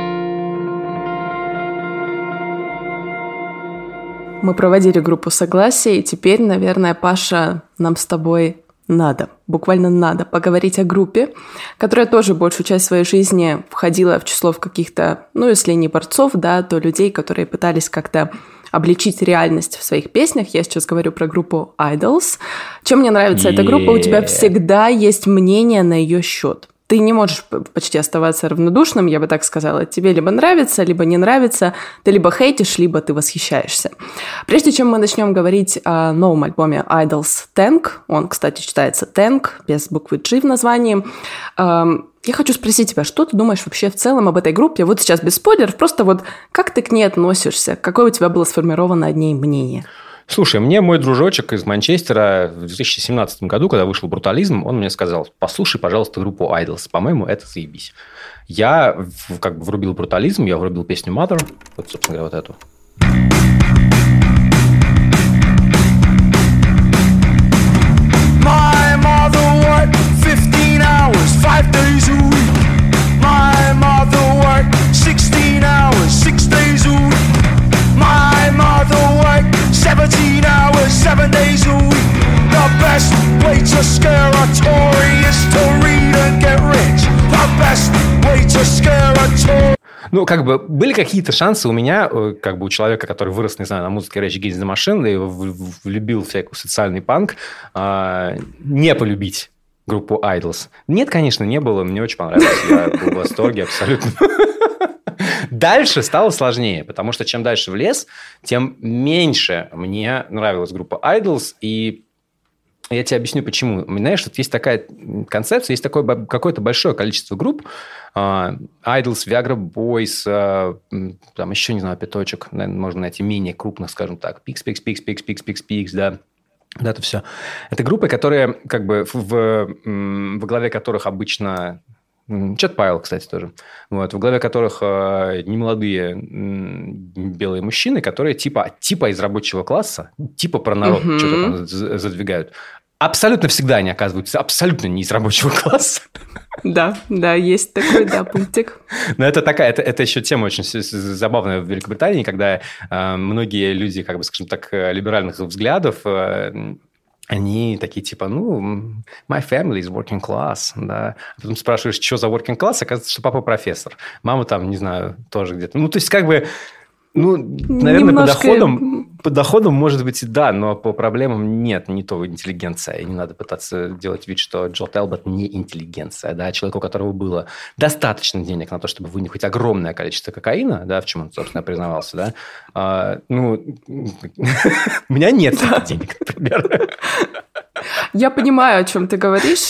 [SPEAKER 2] Мы проводили группу «Согласие», и теперь, наверное, Паша, нам с тобой надо, буквально надо поговорить о группе, которая тоже большую часть своей жизни входила в число в каких-то, ну, если не борцов, да, то людей, которые пытались как-то обличить реальность в своих песнях. Я сейчас говорю про группу Idols. Чем мне нравится yeah. эта группа? У тебя всегда есть мнение на ее счет. Ты не можешь почти оставаться равнодушным, я бы так сказала. Тебе либо нравится, либо не нравится. Ты либо хейтишь, либо ты восхищаешься. Прежде чем мы начнем говорить о новом альбоме Idols Tank, он, кстати, читается Tank, без буквы G в названии, я хочу спросить тебя, что ты думаешь вообще в целом об этой группе? Вот сейчас без спойлеров, просто вот как ты к ней относишься? Какое у тебя было сформировано о ней мнение?
[SPEAKER 1] Слушай, мне мой дружочек из Манчестера в две тысячи семнадцатом году, когда вышел «Брутализм», он мне сказал: послушай, пожалуйста, группу Idols. По-моему, это заебись. Я как бы врубил «Брутализм», я врубил песню «Mother». Вот, собственно говоря, вот эту. My mother worked fifteen hours, five days a week. My mother worked sixteen hours, six days a week. My mother worked seventeen hours, seven days a week. The best way to scare a Tory is to read and get rich. The best way to scare a Tory. Ну, как бы, были какие-то шансы у меня, как бы у человека, который вырос, не знаю, на музыке Rage Against the Machine и влюбил всякий социальный панк, не полюбить группу Idols. Нет, конечно, не было, мне очень понравилось, я был в восторге абсолютно. Дальше стало сложнее, потому что чем дальше в лес, тем меньше мне нравилась группа Idols, и я тебе объясню, почему. Знаешь, вот есть такая концепция, есть такое какое-то большое количество групп, uh, Idols, Viagra Boys, uh, там еще, не знаю, пяточек, наверное, можно найти менее крупных, скажем так, Pix, Pix, Pix, Pix, Pix, Pix, Pix, да. Да, это все. Это группы, которые, как бы, в, в, во главе которых обычно... Чет Пайл, кстати, тоже. Вот, в главе которых э, немолодые э, белые мужчины, которые типа, типа из рабочего класса, типа про народ, uh-huh. что-то там задвигают. абсолютно всегда они оказываются абсолютно не из рабочего класса.
[SPEAKER 2] Да, да, есть такой, да, пунктик.
[SPEAKER 1] Но это такая, это, это еще тема очень забавная в Великобритании, когда э, многие люди, как бы, скажем так, либеральных взглядов, э, они такие типа, ну, my family is working class, да. А потом спрашиваешь, что за working class, оказывается, что папа профессор. Мама там, не знаю, тоже где-то. Ну, то есть, как бы, ну, наверное, Немножко... по доходам, по доходам, может быть, и да, но по проблемам нет, не то интеллигенция. И не надо пытаться делать вид, что Джо Телбот не интеллигенция, да, человек, у которого было достаточно денег на то, чтобы вынюхать огромное количество кокаина, да, в чем он, собственно, признавался, да. А, ну, у меня нет денег, например.
[SPEAKER 2] Я понимаю, о чем ты говоришь.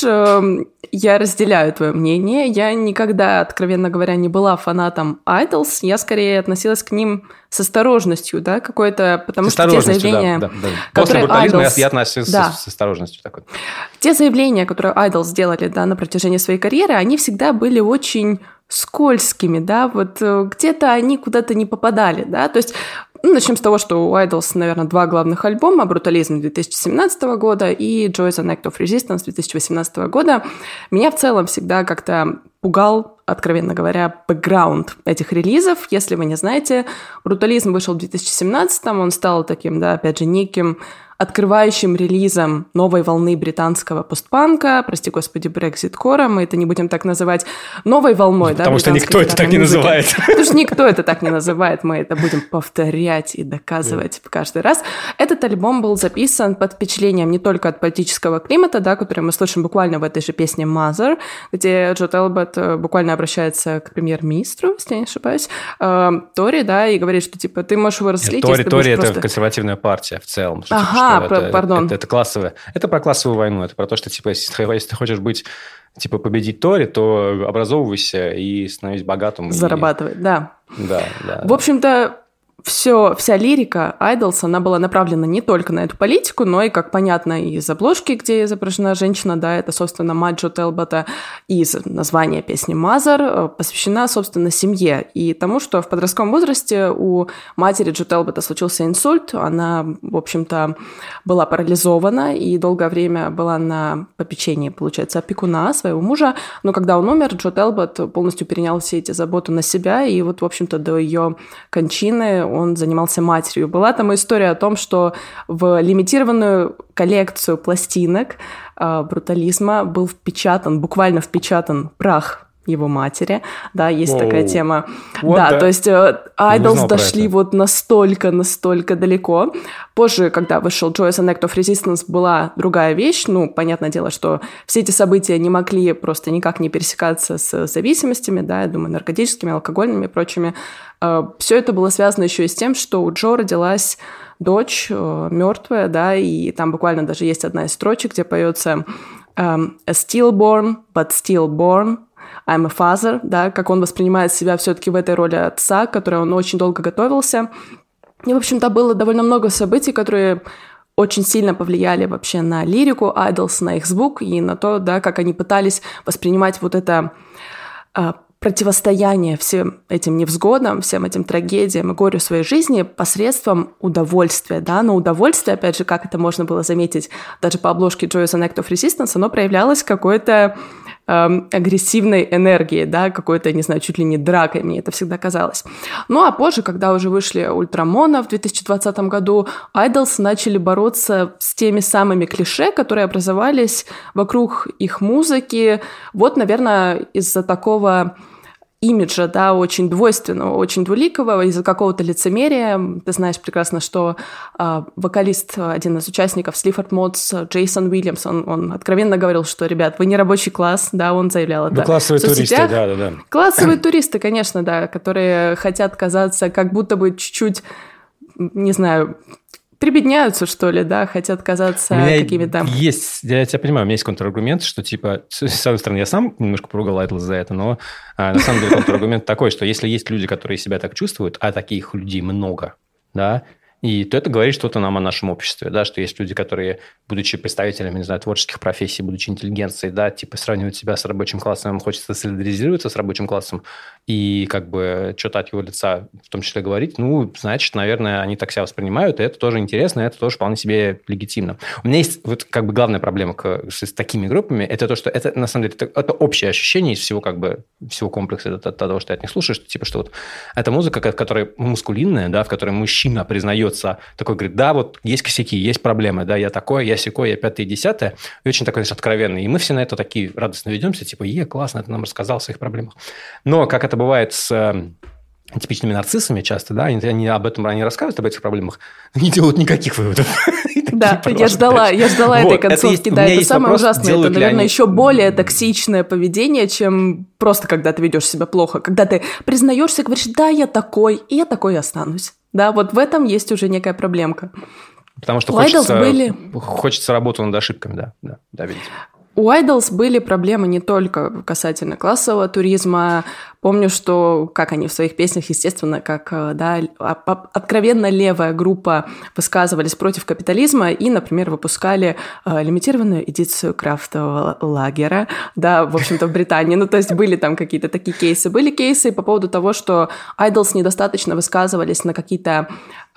[SPEAKER 2] Я разделяю твое мнение. Я никогда, откровенно говоря, не была фанатом Idols. Я скорее относилась к ним с осторожностью, да, какой-то, потому что те заявления,
[SPEAKER 1] да, да, да.
[SPEAKER 2] которые Idols...
[SPEAKER 1] я отношусь да. с, с осторожностью такой.
[SPEAKER 2] Те заявления, которые Idols сделали, да, на протяжении своей карьеры, они всегда были очень скользкими, да, вот где-то они куда-то не попадали, да, то есть ну, начнем с того, что у Idols, наверное, два главных альбома «Брутализм» две тысячи семнадцатого года и «Joy is an Act of Resistance» две тысячи восемнадцатого года. Меня в целом всегда как-то пугал, откровенно говоря, бэкграунд этих релизов. Если вы не знаете, «Брутализм» вышел в две тысячи семнадцатом, он стал таким, да, опять же, неким открывающим релизом новой волны британского постпанка, прости господи, брексит-кора, мы это не будем так называть, новой волной, да,
[SPEAKER 1] потому что никто это так не называет.
[SPEAKER 2] Потому что никто это так не называет, мы это будем повторять и доказывать yeah. каждый раз. Этот альбом был записан под впечатлением не только от политического климата, да, который мы слышим буквально в этой же песне «Mother», где Джо Телбот буквально обращается к премьер-министру, если я не ошибаюсь, э, Тори, да, и говорит, что типа ты можешь его расследить.
[SPEAKER 1] Тори, Тори это
[SPEAKER 2] просто...
[SPEAKER 1] консервативная партия в целом.
[SPEAKER 2] Ага. А,
[SPEAKER 1] это,
[SPEAKER 2] пардон.
[SPEAKER 1] Это, это классовое. Это про классовую войну. Это про то, что, типа, если, если ты хочешь быть, типа, победить Тори, то образовывайся и становись богатым.
[SPEAKER 2] Зарабатывай,
[SPEAKER 1] и...
[SPEAKER 2] да.
[SPEAKER 1] Да, да.
[SPEAKER 2] В общем-то, все, вся лирика Idols, она была направлена не только на эту политику, но и, как понятно, из обложки, где изображена женщина, да, это, собственно, мать Джо Телбота, и из названия песни «Mother» посвящена, собственно, семье и тому, что в подростковом возрасте у матери Джо Телбота случился инсульт, она, в общем-то, была парализована и долгое время была на попечении, получается, опекуна своего мужа, но когда он умер, Джо Телбот полностью перенял все эти заботы на себя, и вот, в общем-то, до ее кончины он занимался матерью. Была там история о том, что в лимитированную коллекцию пластинок э, брутализма был впечатан, буквально впечатан прах его матери, да, есть Воу. такая тема. Вот да, да, то есть э, Idols дошли вот настолько, настолько далеко. Позже, когда вышел Joy is an Act of Resistance, была другая вещь. Ну, понятное дело, что все эти события не могли просто никак не пересекаться с зависимостями, да, я думаю, наркотическими, алкогольными и прочими. Э, все это было связано еще и с тем, что у Джо родилась дочь э, мертвая, да, и там буквально даже есть одна из строчек, где поется э, «A stillborn, but stillborn». I'm a father, да, как он воспринимает себя все-таки в этой роли отца, к которой он очень долго готовился. И, в общем-то, было довольно много событий, которые очень сильно повлияли вообще на лирику Idols, на их звук и на то, да, как они пытались воспринимать вот это а, противостояние всем этим невзгодам, всем этим трагедиям и горю своей жизни посредством удовольствия, да, но удовольствие, опять же, как это можно было заметить даже по обложке Joy is an Act of Resistance, оно проявлялось какой-то эм, агрессивной энергией, да, какой-то, не знаю, чуть ли не дракой, мне это всегда казалось. Ну, а позже, когда уже вышли Ультрамона в две тысячи двадцатом году, Idols начали бороться с теми самыми клише, которые образовались вокруг их музыки. Вот, наверное, из-за такого имиджа, да, очень двойственного, очень двуликого, из-за какого-то лицемерия. Ты знаешь прекрасно, что э, вокалист, один из участников Слифорд Модс, Джейсон Уильямс, он, он откровенно говорил, что, ребят, вы не рабочий класс, да, он заявлял это.
[SPEAKER 1] Вы классовые туристы, да, да, да.
[SPEAKER 2] Классовые туристы, конечно, да, которые хотят казаться как будто бы чуть-чуть, не знаю, прибедняются, что ли, да, хотят казаться какими-то...
[SPEAKER 1] Есть, я тебя понимаю, у меня есть контраргумент, что, типа, с одной стороны, я сам немножко поругал Idols за это, но а, на самом деле контраргумент такой, что если есть люди, которые себя так чувствуют, а таких людей много, да, И то это говорит что-то нам о нашем обществе, да, что есть люди, которые, будучи представителями, не знаю, творческих профессий, будучи интеллигенцией, да, типа сравнивают себя с рабочим классом, им хочется солидаризироваться с рабочим классом и как бы что-то от его лица в том числе говорить, ну, значит, наверное, они так себя воспринимают, и это тоже интересно, и это тоже вполне себе легитимно. У меня есть вот как бы главная проблема к, с, с такими группами, это то, что это, на самом деле, это, это общее ощущение из всего как бы, всего комплекса от, от того, что ты от них слушаешь, что, типа, что вот эта музыка, которая мускулинная, да, в которой мужчина признается, такой говорит, да, вот есть косяки, есть проблемы, да, я такой, я сякой, я пятое, десятое, и очень такой, значит, откровенный. И мы все на это такие радостно ведемся, типа, е, классно, ты нам рассказал о своих проблемах. Но, как это бывает с э, типичными нарциссами часто, да, они, они об этом они рассказывают, об этих проблемах, не делают никаких выводов.
[SPEAKER 2] Да, я ждала, я ждала этой концовки, да, это самое ужасное, это, наверное, еще более токсичное поведение, чем просто когда ты ведешь себя плохо, когда ты признаешься, говоришь, да, я такой, и я такой останусь. Да, вот в этом есть уже некая проблемка.
[SPEAKER 1] Потому что хочется, были... хочется работу над ошибками, да, да, да, видите.
[SPEAKER 2] У Idols были проблемы не только касательно классового туризма. Помню, что, как они в своих песнях, естественно, как да, откровенно левая группа высказывались против капитализма и, например, выпускали э, лимитированную эдицию крафтового лагера, да, в общем-то, в Британии. Ну, то есть были там какие-то такие кейсы. Были кейсы по поводу того, что Idols недостаточно высказывались на какие-то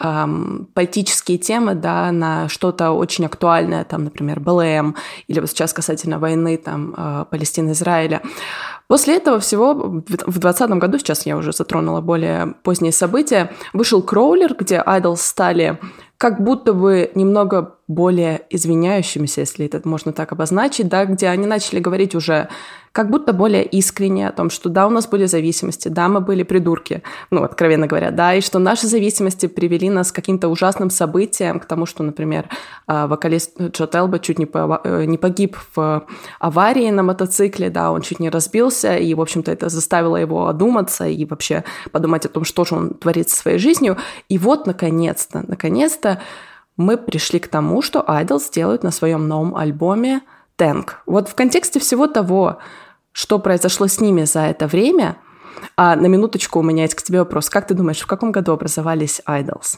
[SPEAKER 2] эм, политические темы, да, на что-то очень актуальное, там, например, бэ эл эм, или вот сейчас касательно войны, там, э, Палестины-Израиля. После этого всего в двадцатом году, сейчас я уже затронула более поздние события, вышел Crawler, где Idols стали как будто бы немного более извиняющимися, если это можно так обозначить, да, где они начали говорить уже как будто более искренне о том, что да, у нас были зависимости, да, мы были придурки, ну, откровенно говоря, да, и что наши зависимости привели нас к каким-то ужасным событиям, к тому, что, например, вокалист Джо Телбот чуть не погиб в аварии на мотоцикле, да, он чуть не разбился, и, в общем-то, это заставило его одуматься и вообще подумать о том, что же он творит со своей жизнью. И вот, наконец-то, наконец-то мы пришли к тому, что Idols делают на своем новом альбоме Tank. Вот в контексте всего того, что произошло с ними за это время, а на минуточку у меня есть к тебе вопрос. Как ты думаешь, в каком году образовались Idols?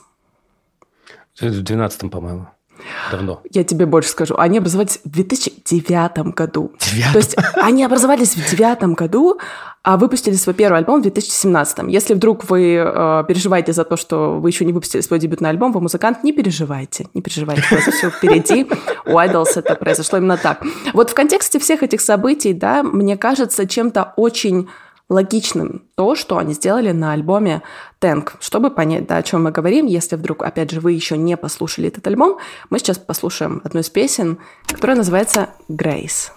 [SPEAKER 1] В двенадцатом, по-моему. Давно.
[SPEAKER 2] Я тебе больше скажу. Они образовались в две тысячи девятом году.
[SPEAKER 1] Девятом?
[SPEAKER 2] То есть они образовались в девятом году, а выпустили свой первый альбом в две тысячи семнадцатом. Если вдруг вы э, переживаете за то, что вы еще не выпустили свой дебютный альбом, вы музыкант, не переживайте. Не переживайте, просто все впереди. У Idols это произошло именно так. Вот в контексте всех этих событий, да, мне кажется чем-то очень логичным то, что они сделали на альбоме Tank. Чтобы понять, да, о чем мы говорим, если вдруг, опять же, вы еще не послушали этот альбом, мы сейчас послушаем одну из песен, которая называется «Grace».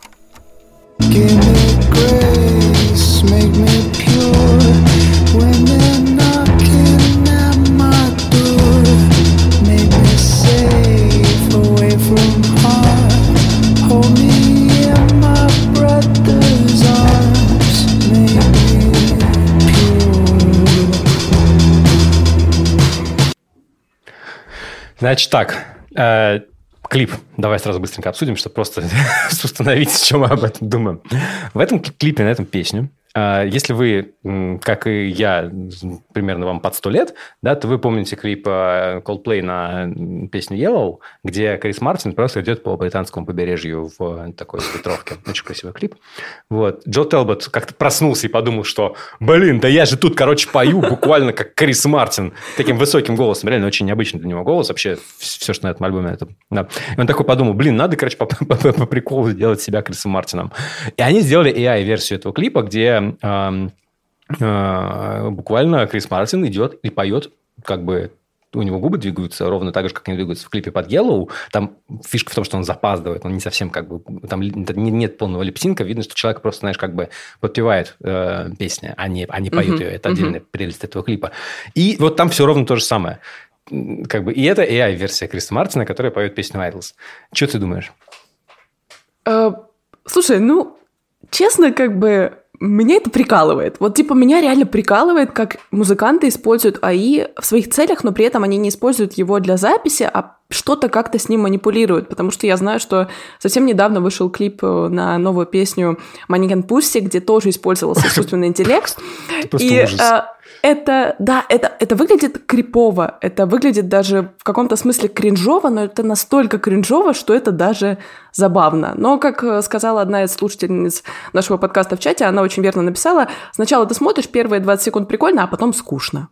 [SPEAKER 1] Значит так, э, клип. Давай сразу быстренько обсудим, чтобы просто установить, о чем мы об этом думаем. В этом клипе, на этом песню, э, если вы, как и я, примерно вам под сто лет, да, то вы помните клип Coldplay на песню Yellow, где Крис Мартин просто идет по британскому побережью в такой ветровке. Очень красивый клип. Вот. Джо Телбот как-то проснулся и подумал, что, блин, да я же тут, короче, пою буквально как Крис Мартин. Таким высоким голосом. Реально очень необычный для него голос. Вообще все, что на этом альбоме. Это, да. И он такой подумал, блин, надо, короче, по, по, по, по приколу сделать себя Крисом Мартином. И они сделали эй ай-версию этого клипа, где э, э, буквально Крис Мартин идет и поет, как бы у него губы двигаются ровно так же, как они двигаются в клипе под Yellow. Там фишка в том, что он запаздывает, он не совсем как бы... Там нет полного липсинка, видно, что человек просто, знаешь, как бы подпевает э, песни, а не, а не поет uh-huh, ее. Это uh-huh. отдельная прелесть этого клипа. И вот там все ровно то же самое. Как бы, и это эй ай-версия Криса Мартина, которая поет песню Idols. Что ты думаешь?
[SPEAKER 2] Uh, слушай, ну, честно, как бы... Меня это прикалывает. Вот, типа, меня реально прикалывает, как музыканты используют эй ай в своих целях, но при этом они не используют его для записи, а что-то как-то с ним манипулируют, потому что я знаю, что совсем недавно вышел клип на новую песню Манекен Пусси, где тоже использовался искусственный интеллект. И это, да, это, это выглядит крипово, это выглядит даже в каком-то смысле кринжово, но это настолько кринжово, что это даже забавно. Но, как сказала одна из слушательниц нашего подкаста в чате, она очень верно написала, сначала ты смотришь, первые двадцать секунд прикольно, а потом скучно.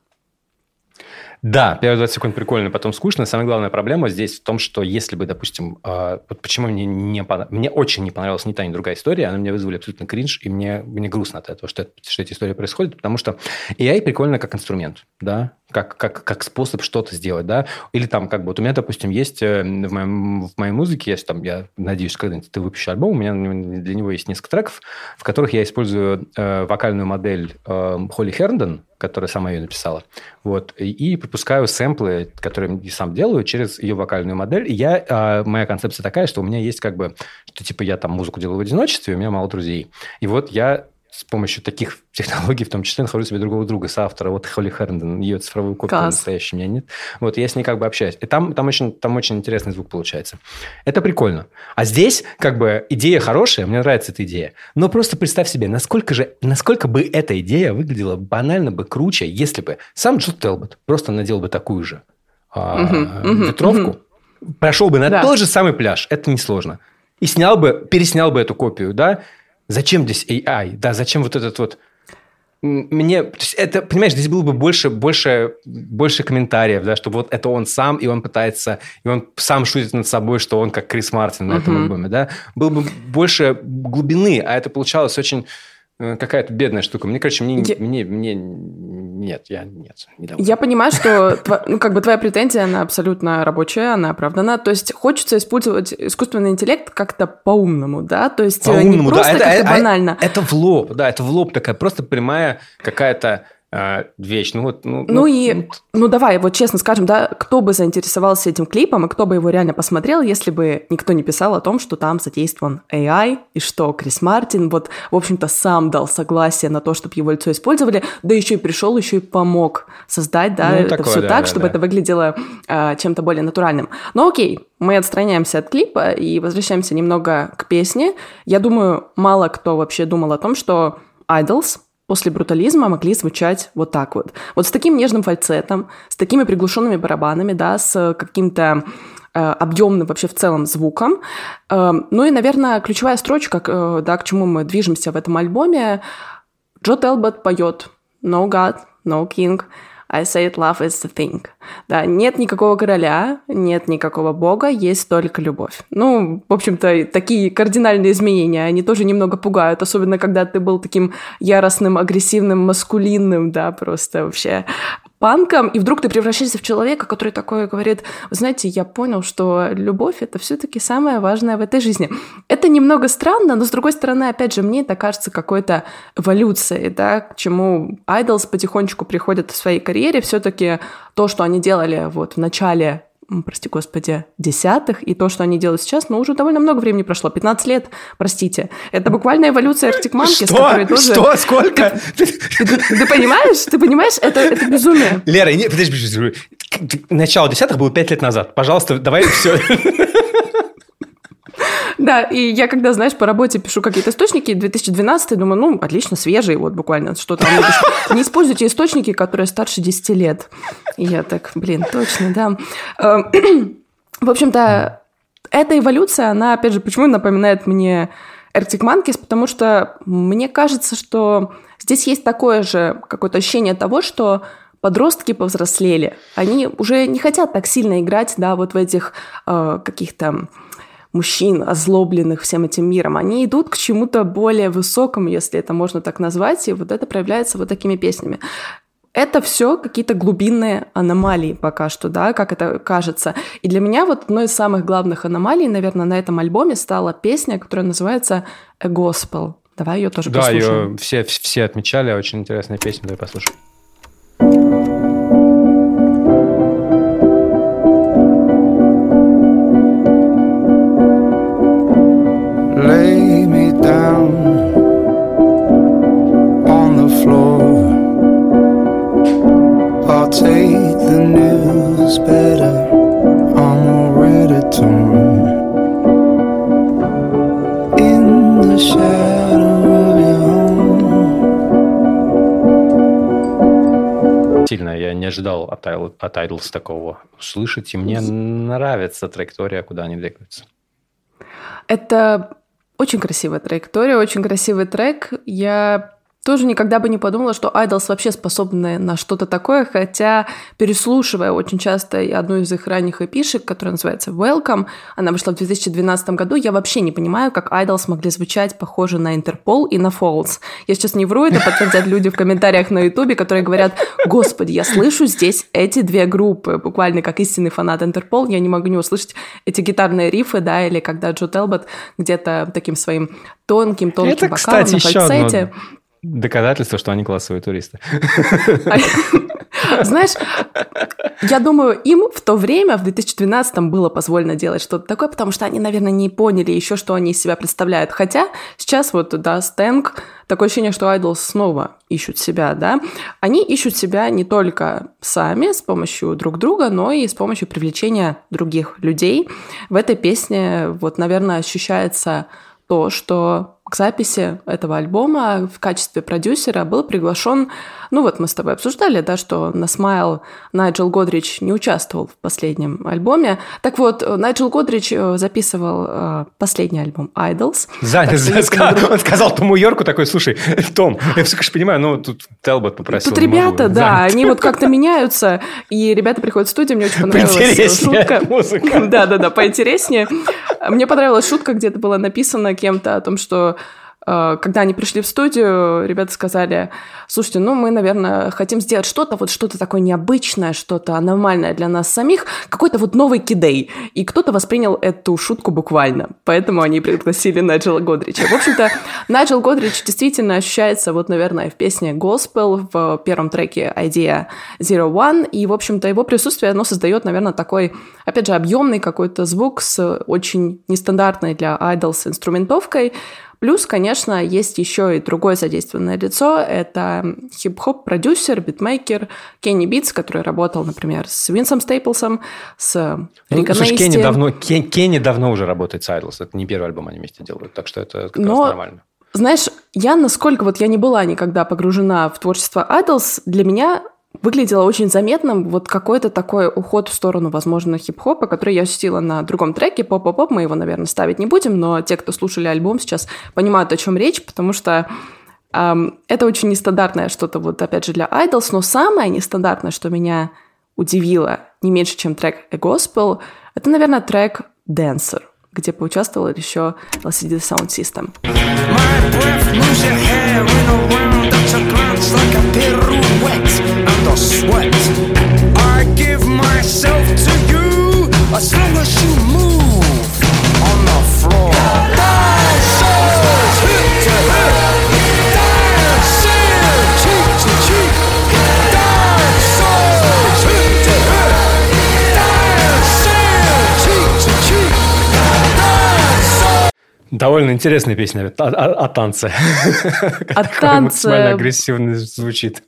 [SPEAKER 1] Да, первые двадцать секунд прикольно, потом скучно. Самая главная проблема здесь в том, что если бы, допустим, э, вот почему мне не понрав... мне очень не понравилась ни та, ни другая история, она меня вызвали абсолютно кринж, и мне, мне грустно от этого, что, это, что эти истории происходят, потому что эй ай прикольно как инструмент, да, как, как, как способ что-то сделать, да, или там как бы, вот у меня, допустим, есть в, моем, в моей музыке, есть там, я надеюсь, когда-нибудь ты выпущу альбом, у меня для него есть несколько треков, в которых я использую э, вокальную модель э, Холли Херндон, которая сама ее написала, вот, и, и пропускаю сэмплы, которые я сам делаю, через ее вокальную модель. И я, э, моя концепция такая, что у меня есть как бы, что типа я там музыку делаю в одиночестве, у меня мало друзей. И вот я с помощью таких технологий, в том числе, нахожу себе другого друга, соавтора, вот Холли Херндон, ее цифровую копию настоящую у меня нет. Вот, я с ней как бы общаюсь. И там, там, очень, там очень интересный звук получается. Это прикольно. А здесь как бы идея хорошая, мне нравится эта идея. Но просто представь себе, насколько же, насколько бы эта идея выглядела банально бы круче, если бы сам Джо Телбот просто надел бы такую же а, uh-huh, ветровку, uh-huh. прошел бы на да. тот же самый пляж, это несложно, и снял бы, переснял бы эту копию, да. Зачем здесь эй ай? Да, зачем вот этот вот... Мне... То есть это, понимаешь, здесь было бы больше, больше, больше комментариев, да, что вот это он сам, и он пытается... И он сам шутит над собой, что он как Крис Мартин на uh-huh. этом альбоме, да. Было бы больше глубины, а это получалось очень... Какая-то бедная штука. Мне, короче, мне, я... мне, мне нет, я нет. Не
[SPEAKER 2] я понимаю, что ну, как бы твоя претензия, она абсолютно рабочая, она оправдана. То есть хочется использовать искусственный интеллект как-то по-умному, да? То есть по-умному, не просто да, как-то это, банально.
[SPEAKER 1] Это, это в лоб, да, это в лоб такая просто прямая какая-то вещь. Ну, вот, ну,
[SPEAKER 2] ну, ну и, ну, ну давай, вот честно скажем, да, кто бы заинтересовался этим клипом, и кто бы его реально посмотрел, если бы никто не писал о том, что там задействован эй ай, и что Крис Мартин вот, в общем-то, сам дал согласие на то, чтобы его лицо использовали, да еще и пришел, еще и помог создать, да, ну, это такое, все да, так, да, чтобы да. это выглядело а, чем-то более натуральным. Но окей, мы отстраняемся от клипа и возвращаемся немного к песне. Я думаю, мало кто вообще думал о том, что Idols после брутализма могли звучать вот так вот. Вот с таким нежным фальцетом, с такими приглушенными барабанами, да, с каким-то э, объемным вообще в целом звуком. Э, ну и, наверное, ключевая строчка, э, да, к чему мы движемся в этом альбоме. Джо Телбот поет «No God, no King, I say it, love is the thing». Да, нет никакого короля, нет никакого бога, есть только любовь. Ну, в общем-то, такие кардинальные изменения, они тоже немного пугают, особенно когда ты был таким яростным, агрессивным, маскулинным, да, просто вообще панком, и вдруг ты превращаешься в человека, который такой говорит: вы знаете, я понял, что любовь — это все-таки самое важное в этой жизни. Это немного странно, но, с другой стороны, опять же, мне это кажется какой-то эволюцией, да, к чему Idols потихонечку приходят в своей карьере. Все-таки то, что они делали вот в начале, прости господи, десятых, и то, что они делают сейчас, ну, уже довольно много времени прошло, пятнадцать лет, простите. Это буквально эволюция Arctic Monkeys,
[SPEAKER 1] что?
[SPEAKER 2] которая тоже...
[SPEAKER 1] Что? Сколько?
[SPEAKER 2] Ты, ты, ты понимаешь? Ты понимаешь? Это, это безумие.
[SPEAKER 1] Лера, не, подожди, подожди. Начало десятых было пять лет назад. Пожалуйста, давай все...
[SPEAKER 2] Да, и я когда, знаешь, по работе пишу какие-то источники, две тысячи двенадцатый, думаю, ну, отлично, свежие, вот буквально, что там. Не используйте источники, которые старше десяти лет. И я так, блин, точно, да. В общем-то, эта эволюция, она, опять же, почему напоминает мне Arctic Monkeys, потому что мне кажется, что здесь есть такое же какое-то ощущение того, что подростки повзрослели. Они уже не хотят так сильно играть, да, вот в этих э, каких-то мужчин, озлобленных всем этим миром. Они идут к чему-то более высокому, если это можно так назвать, и вот это проявляется вот такими песнями. Это все какие-то глубинные аномалии пока что, да, как это кажется. И для меня вот одной из самых главных аномалий, наверное, на этом альбоме стала песня, которая называется «A Gospel». Давай ее тоже
[SPEAKER 1] да,
[SPEAKER 2] послушаем.
[SPEAKER 1] Да, ее все, все отмечали, очень интересная песня, давай послушаем.
[SPEAKER 7] Lay me down on the floor. I'll take the news better. I'm alright.
[SPEAKER 1] сильно. Я не ожидал от, от Idols такого. Слышите, мне нравится траектория, куда они двигаются.
[SPEAKER 2] Это очень красивая траектория, очень красивый трек. Я тоже никогда бы не подумала, что Idols вообще способны на что-то такое, хотя, переслушивая очень часто одну из их ранних эпишек, которая называется «Welcome», она вышла в две тысячи двенадцатом году, я вообще не понимаю, как Idols могли звучать похоже на Интерпол и на Falls. Я сейчас не вру, это подтвердят люди в комментариях на Ютубе, которые говорят: «Господи, я слышу здесь эти две группы». Буквально как истинный фанат Интерпол, я не могу не услышать эти гитарные рифы, да, или когда Джо Телбот где-то таким своим тонким-тонким вокалом на фальцете...
[SPEAKER 1] Доказательство, что они классовые туристы.
[SPEAKER 2] Знаешь, я думаю, им в то время, в две тысячи двенадцатом, было позволено делать что-то такое, потому что они, наверное, не поняли еще, что они из себя представляют. Хотя сейчас вот, да, Стэнк, такое ощущение, что Idols снова ищут себя, да. Они ищут себя не только сами, с помощью друг друга, но и с помощью привлечения других людей. В этой песне, вот, наверное, ощущается то, что к записи этого альбома в качестве продюсера был приглашен, ну вот мы с тобой обсуждали, да, что на Smile Найджел Годрич не участвовал в последнем альбоме. Так вот, Найджел Годрич записывал э, последний альбом Idols.
[SPEAKER 1] Занят, он сказал Тому Йорку такой: слушай, Том, я все, конечно, понимаю, но тут Телбот попросил.
[SPEAKER 2] Тут ребята, могу, да, занят. Они вот как-то меняются, и ребята приходят в студию, мне очень понравилась шутка. Музыка. Да-да-да, поинтереснее. Мне понравилась шутка, где-то была написана кем-то о том, что когда они пришли в студию, ребята сказали: слушайте, ну мы, наверное, хотим сделать что-то, вот что-то такое необычное, что-то аномальное для нас самих, какой-то вот новый кидей. И кто-то воспринял эту шутку буквально, поэтому они пригласили Найджела Годрича. В общем-то, Найджел Годрич действительно ощущается, вот, наверное, в песне Gospel, в первом треке Idea Zero One, и, в общем-то, его присутствие, оно создает, наверное, такой, опять же, объемный какой-то звук с очень нестандартной для Idols инструментовкой. Плюс, конечно, есть еще и другое задействованное лицо. Это хип-хоп-продюсер, битмейкер Кенни Битс, который работал, например, с Винсом Стейплсом, с Риком Нейсти.
[SPEAKER 1] Кенни давно, Кен, Кенни давно уже работает с Idols. Это не первый альбом они вместе делают, так что это как Но, раз нормально.
[SPEAKER 2] Знаешь, я насколько вот я не была никогда погружена в творчество Idols, для меня выглядело очень заметным вот какой-то такой уход в сторону, возможно, хип-хопа, который я ощутила на другом треке «Поп-поп-поп». Мы его, наверное, ставить не будем, но те, кто слушали альбом, сейчас понимают, о чем речь, потому что эм, это очень нестандартное что-то, вот опять же, для Idols, но самое нестандартное, что меня удивило не меньше, чем трек «A Gospel», это, наверное, трек «Dancer», где поучаствовал еще эл си ди Sound System.
[SPEAKER 7] The sweat I give myself to you as long as you move on the floor. Dancers, hip to hip, dancing cheek to cheek. Dancers, hip to hip, dancing cheek to cheek. Dancers.
[SPEAKER 1] Довольно интересная песня о, о, о танце.
[SPEAKER 2] О танце.
[SPEAKER 1] Максимально агрессивно звучит.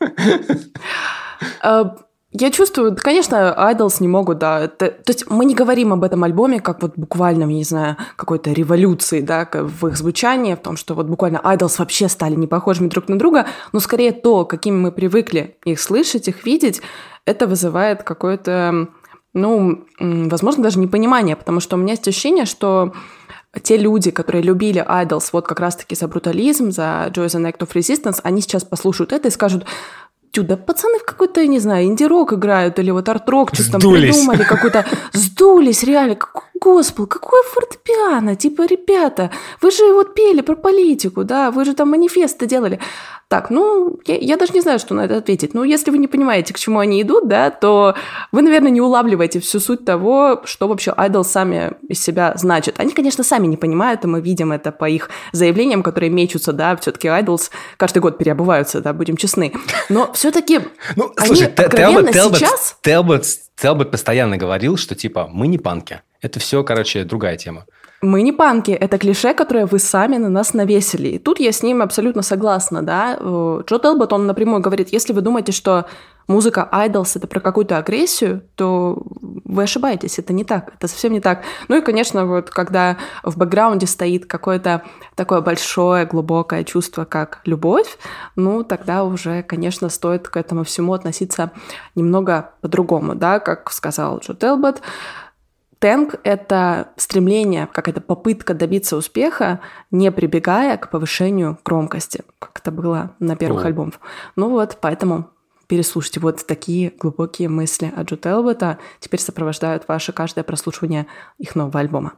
[SPEAKER 2] Я чувствую, конечно, Idols не могут, да. Это, то есть мы не говорим об этом альбоме как вот буквально, не знаю, какой-то революции, да, в их звучании, в том, что вот буквально Idols вообще стали не похожими друг на друга, но скорее то, какими мы привыкли их слышать, их видеть, это вызывает какое-то, ну, возможно, даже непонимание, потому что у меня есть ощущение, что те люди, которые любили Idols вот как раз-таки за брутализм, за Joy is an Act of Resistance, они сейчас послушают это и скажут: да пацаны в какой-то, не знаю, инди-рок играют, или вот арт-рок, что-то там придумали, какой-то... Сдулись, реально, какой госпел, какое фортепиано, типа, ребята, вы же вот пели про политику, да, вы же там манифесты делали. Так, ну, я, я даже не знаю, что на это ответить. Ну, если вы не понимаете, к чему они идут, да, то вы, наверное, не улавливаете всю суть того, что вообще Idols сами из себя значат. Они, конечно, сами не понимают, и мы видим это по их заявлениям, которые мечутся, да, все-таки Idols каждый год переобуваются, да, будем честны. Но все-таки
[SPEAKER 1] ну,
[SPEAKER 2] они
[SPEAKER 1] слушай,
[SPEAKER 2] откровенно
[SPEAKER 1] Телбот,
[SPEAKER 2] сейчас...
[SPEAKER 1] Телбот, Телбот постоянно говорил, что, типа, мы не панки. Это все, короче, другая тема.
[SPEAKER 2] Мы не панки, это клише, которое вы сами на нас навесили. И тут я с ним абсолютно согласна, да. Джо Телбот, он напрямую говорит: если вы думаете, что музыка Idols — это про какую-то агрессию, то вы ошибаетесь, это не так, это совсем не так. Ну и, конечно, вот когда в бэкграунде стоит какое-то такое большое, глубокое чувство, как любовь, ну тогда уже, конечно, стоит к этому всему относиться немного по-другому, да, как сказал Джо Телбот. Тэнк — это стремление, какая-то попытка добиться успеха, не прибегая к повышению громкости, как это было на первых
[SPEAKER 1] О.
[SPEAKER 2] альбомах. Ну вот, поэтому переслушайте. Вот такие глубокие мысли от Джо Телбота теперь сопровождают ваше каждое прослушивание их нового альбома.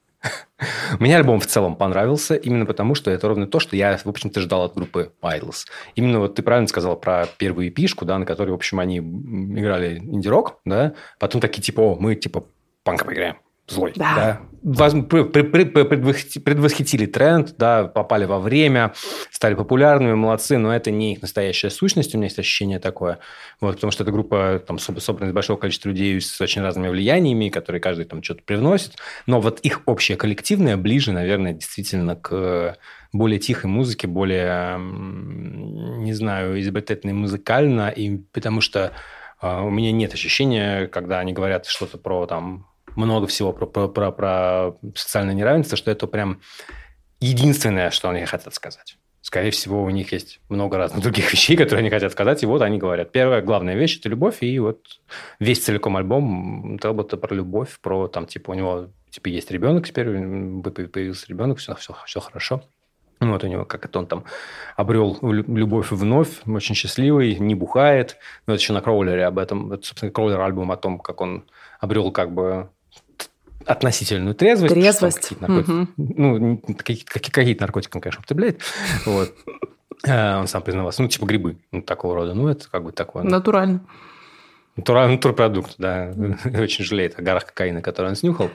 [SPEAKER 1] Мне альбом в целом понравился, именно потому, что это ровно то, что я, в общем-то, ждал от группы Idols. Именно вот ты правильно сказал про первую эпишку, да, на которой, в общем, они играли инди-рок, да, потом такие, типа, о, мы, типа, панк поиграем. Злой, да. да. Воз- пред- пред- предвосхи- Предвосхитили тренд, да, попали во время, стали популярными, молодцы, но это не их настоящая сущность, у меня есть ощущение такое. Вот, потому что эта группа там, собрана из большого количества людей с очень разными влияниями, которые каждый там что-то привносит, но вот их общее коллективное ближе, наверное, действительно к более тихой музыке, более, не знаю, изобретательной музыкально, и потому что э, у меня нет ощущения, когда они говорят что-то про там много всего про, про, про, про социальное неравенство, что это прям единственное, что они хотят сказать. Скорее всего, у них есть много разных других вещей, которые они хотят сказать, и вот они говорят. Первая главная вещь – это любовь, и вот весь целиком альбом Телбота про любовь, про там, типа, у него типа есть ребенок теперь, появился ребенок, все, все, все хорошо. Вот у него, как это он там обрел любовь вновь, очень счастливый, не бухает. Вот еще на Кроулере об этом, это, собственно, Кроулер альбом о том, как он обрел как бы относительную трезвость.
[SPEAKER 2] Трезвость.
[SPEAKER 1] Какие-то наркотики, угу. Ну, какие-то, какие-то наркотики он, конечно, употребляет. Вот. Он сам признавался. Ну, типа грибы ну, такого рода. Ну, это как бы такое.
[SPEAKER 2] Натурально.
[SPEAKER 1] Натуральный натурпродукт, да. Очень жалеет о горах кокаина, который он снюхал.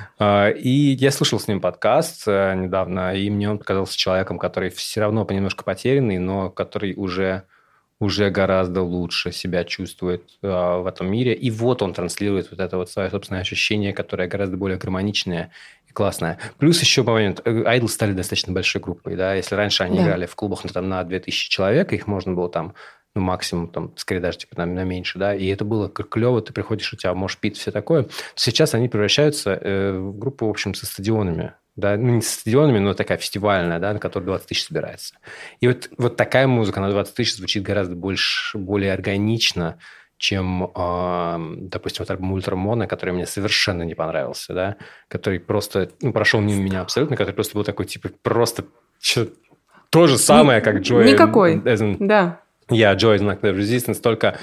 [SPEAKER 1] И я слушал с ним подкаст недавно, и мне он показался человеком, который все равно понемножку потерянный, но который уже... уже гораздо лучше себя чувствует э, в этом мире. И вот он транслирует вот это вот свое собственное ощущение, которое гораздо более гармоничное и классное. Плюс еще момент. Idols стали достаточно большой группой. Да? Если раньше они да. играли в клубах ну, там, на две тысячи человек, их можно было там ну, максимум, там, скорее даже типа, на, на меньше. Да? И это было клево. Ты приходишь, у тебя мошпит, все такое. Сейчас они превращаются э, в группу, в общем, со стадионами. Да, ну, не с стадионами, но такая фестивальная, да, на которой двадцать тысяч собирается. И вот, вот такая музыка на двадцать тысяч звучит гораздо больше, более органично, чем, э, допустим, вот альбом Ультрамона, который мне совершенно не понравился, да, который просто ну, прошел мимо меня абсолютно, который просто был такой, типа, просто что, то же самое, Ни, как Joy...
[SPEAKER 2] Никакой,
[SPEAKER 1] as in,
[SPEAKER 2] да.
[SPEAKER 1] Я, yeah, Joy is not resistance, только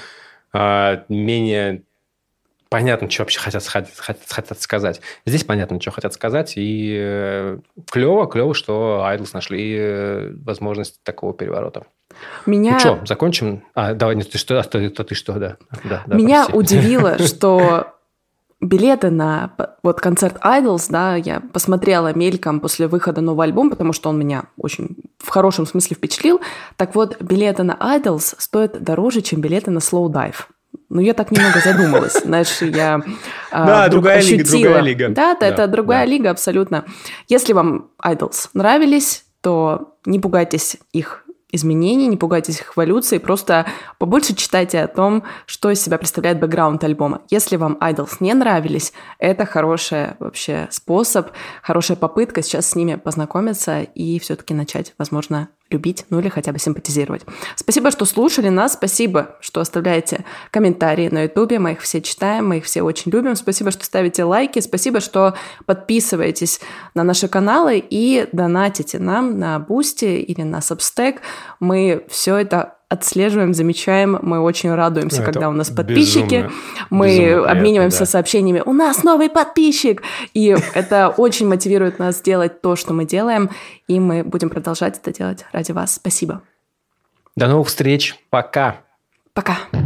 [SPEAKER 1] э, менее... Понятно, что вообще хотят, хотят, хотят сказать. Здесь понятно, что хотят сказать. И э, клево, клево, что Idols нашли э, возможность такого переворота.
[SPEAKER 2] Меня...
[SPEAKER 1] Ну что, закончим? А, давай, ты что? А, ты, то, ты что, да. да, да
[SPEAKER 2] Меня
[SPEAKER 1] прости.
[SPEAKER 2] удивило, что билеты на вот концерт Idols, да, я посмотрела мельком после выхода нового альбома, потому что он меня очень в хорошем смысле впечатлил. Так вот, билеты на Idols стоят дороже, чем билеты на Slow Dive. Ну, я так немного задумалась. Знаешь, я
[SPEAKER 1] да, другая
[SPEAKER 2] ощутила.
[SPEAKER 1] лига, другая лига.
[SPEAKER 2] Да, да, это другая
[SPEAKER 1] да.
[SPEAKER 2] лига, абсолютно. Если вам Idols нравились, то не пугайтесь их изменений, не пугайтесь их эволюции, просто побольше читайте о том, что из себя представляет бэкграунд альбома. Если вам Idols не нравились, это хороший вообще способ, хорошая попытка сейчас с ними познакомиться и все-таки начать, возможно, любить, ну или хотя бы симпатизировать. Спасибо, что слушали нас, спасибо, что оставляете комментарии на Ютубе, мы их все читаем, мы их все очень любим, спасибо, что ставите лайки, спасибо, что подписываетесь на наши каналы и донатите нам на Boosty или на Substack. Мы все это отслеживаем, замечаем, мы очень радуемся, это когда у нас подписчики, безумно, мы безумно обмениваемся приятно, да. сообщениями «У нас новый подписчик!» И это очень мотивирует нас делать то, что мы делаем, и мы будем продолжать это делать ради вас. Спасибо.
[SPEAKER 1] До новых встреч. Пока.
[SPEAKER 2] Пока.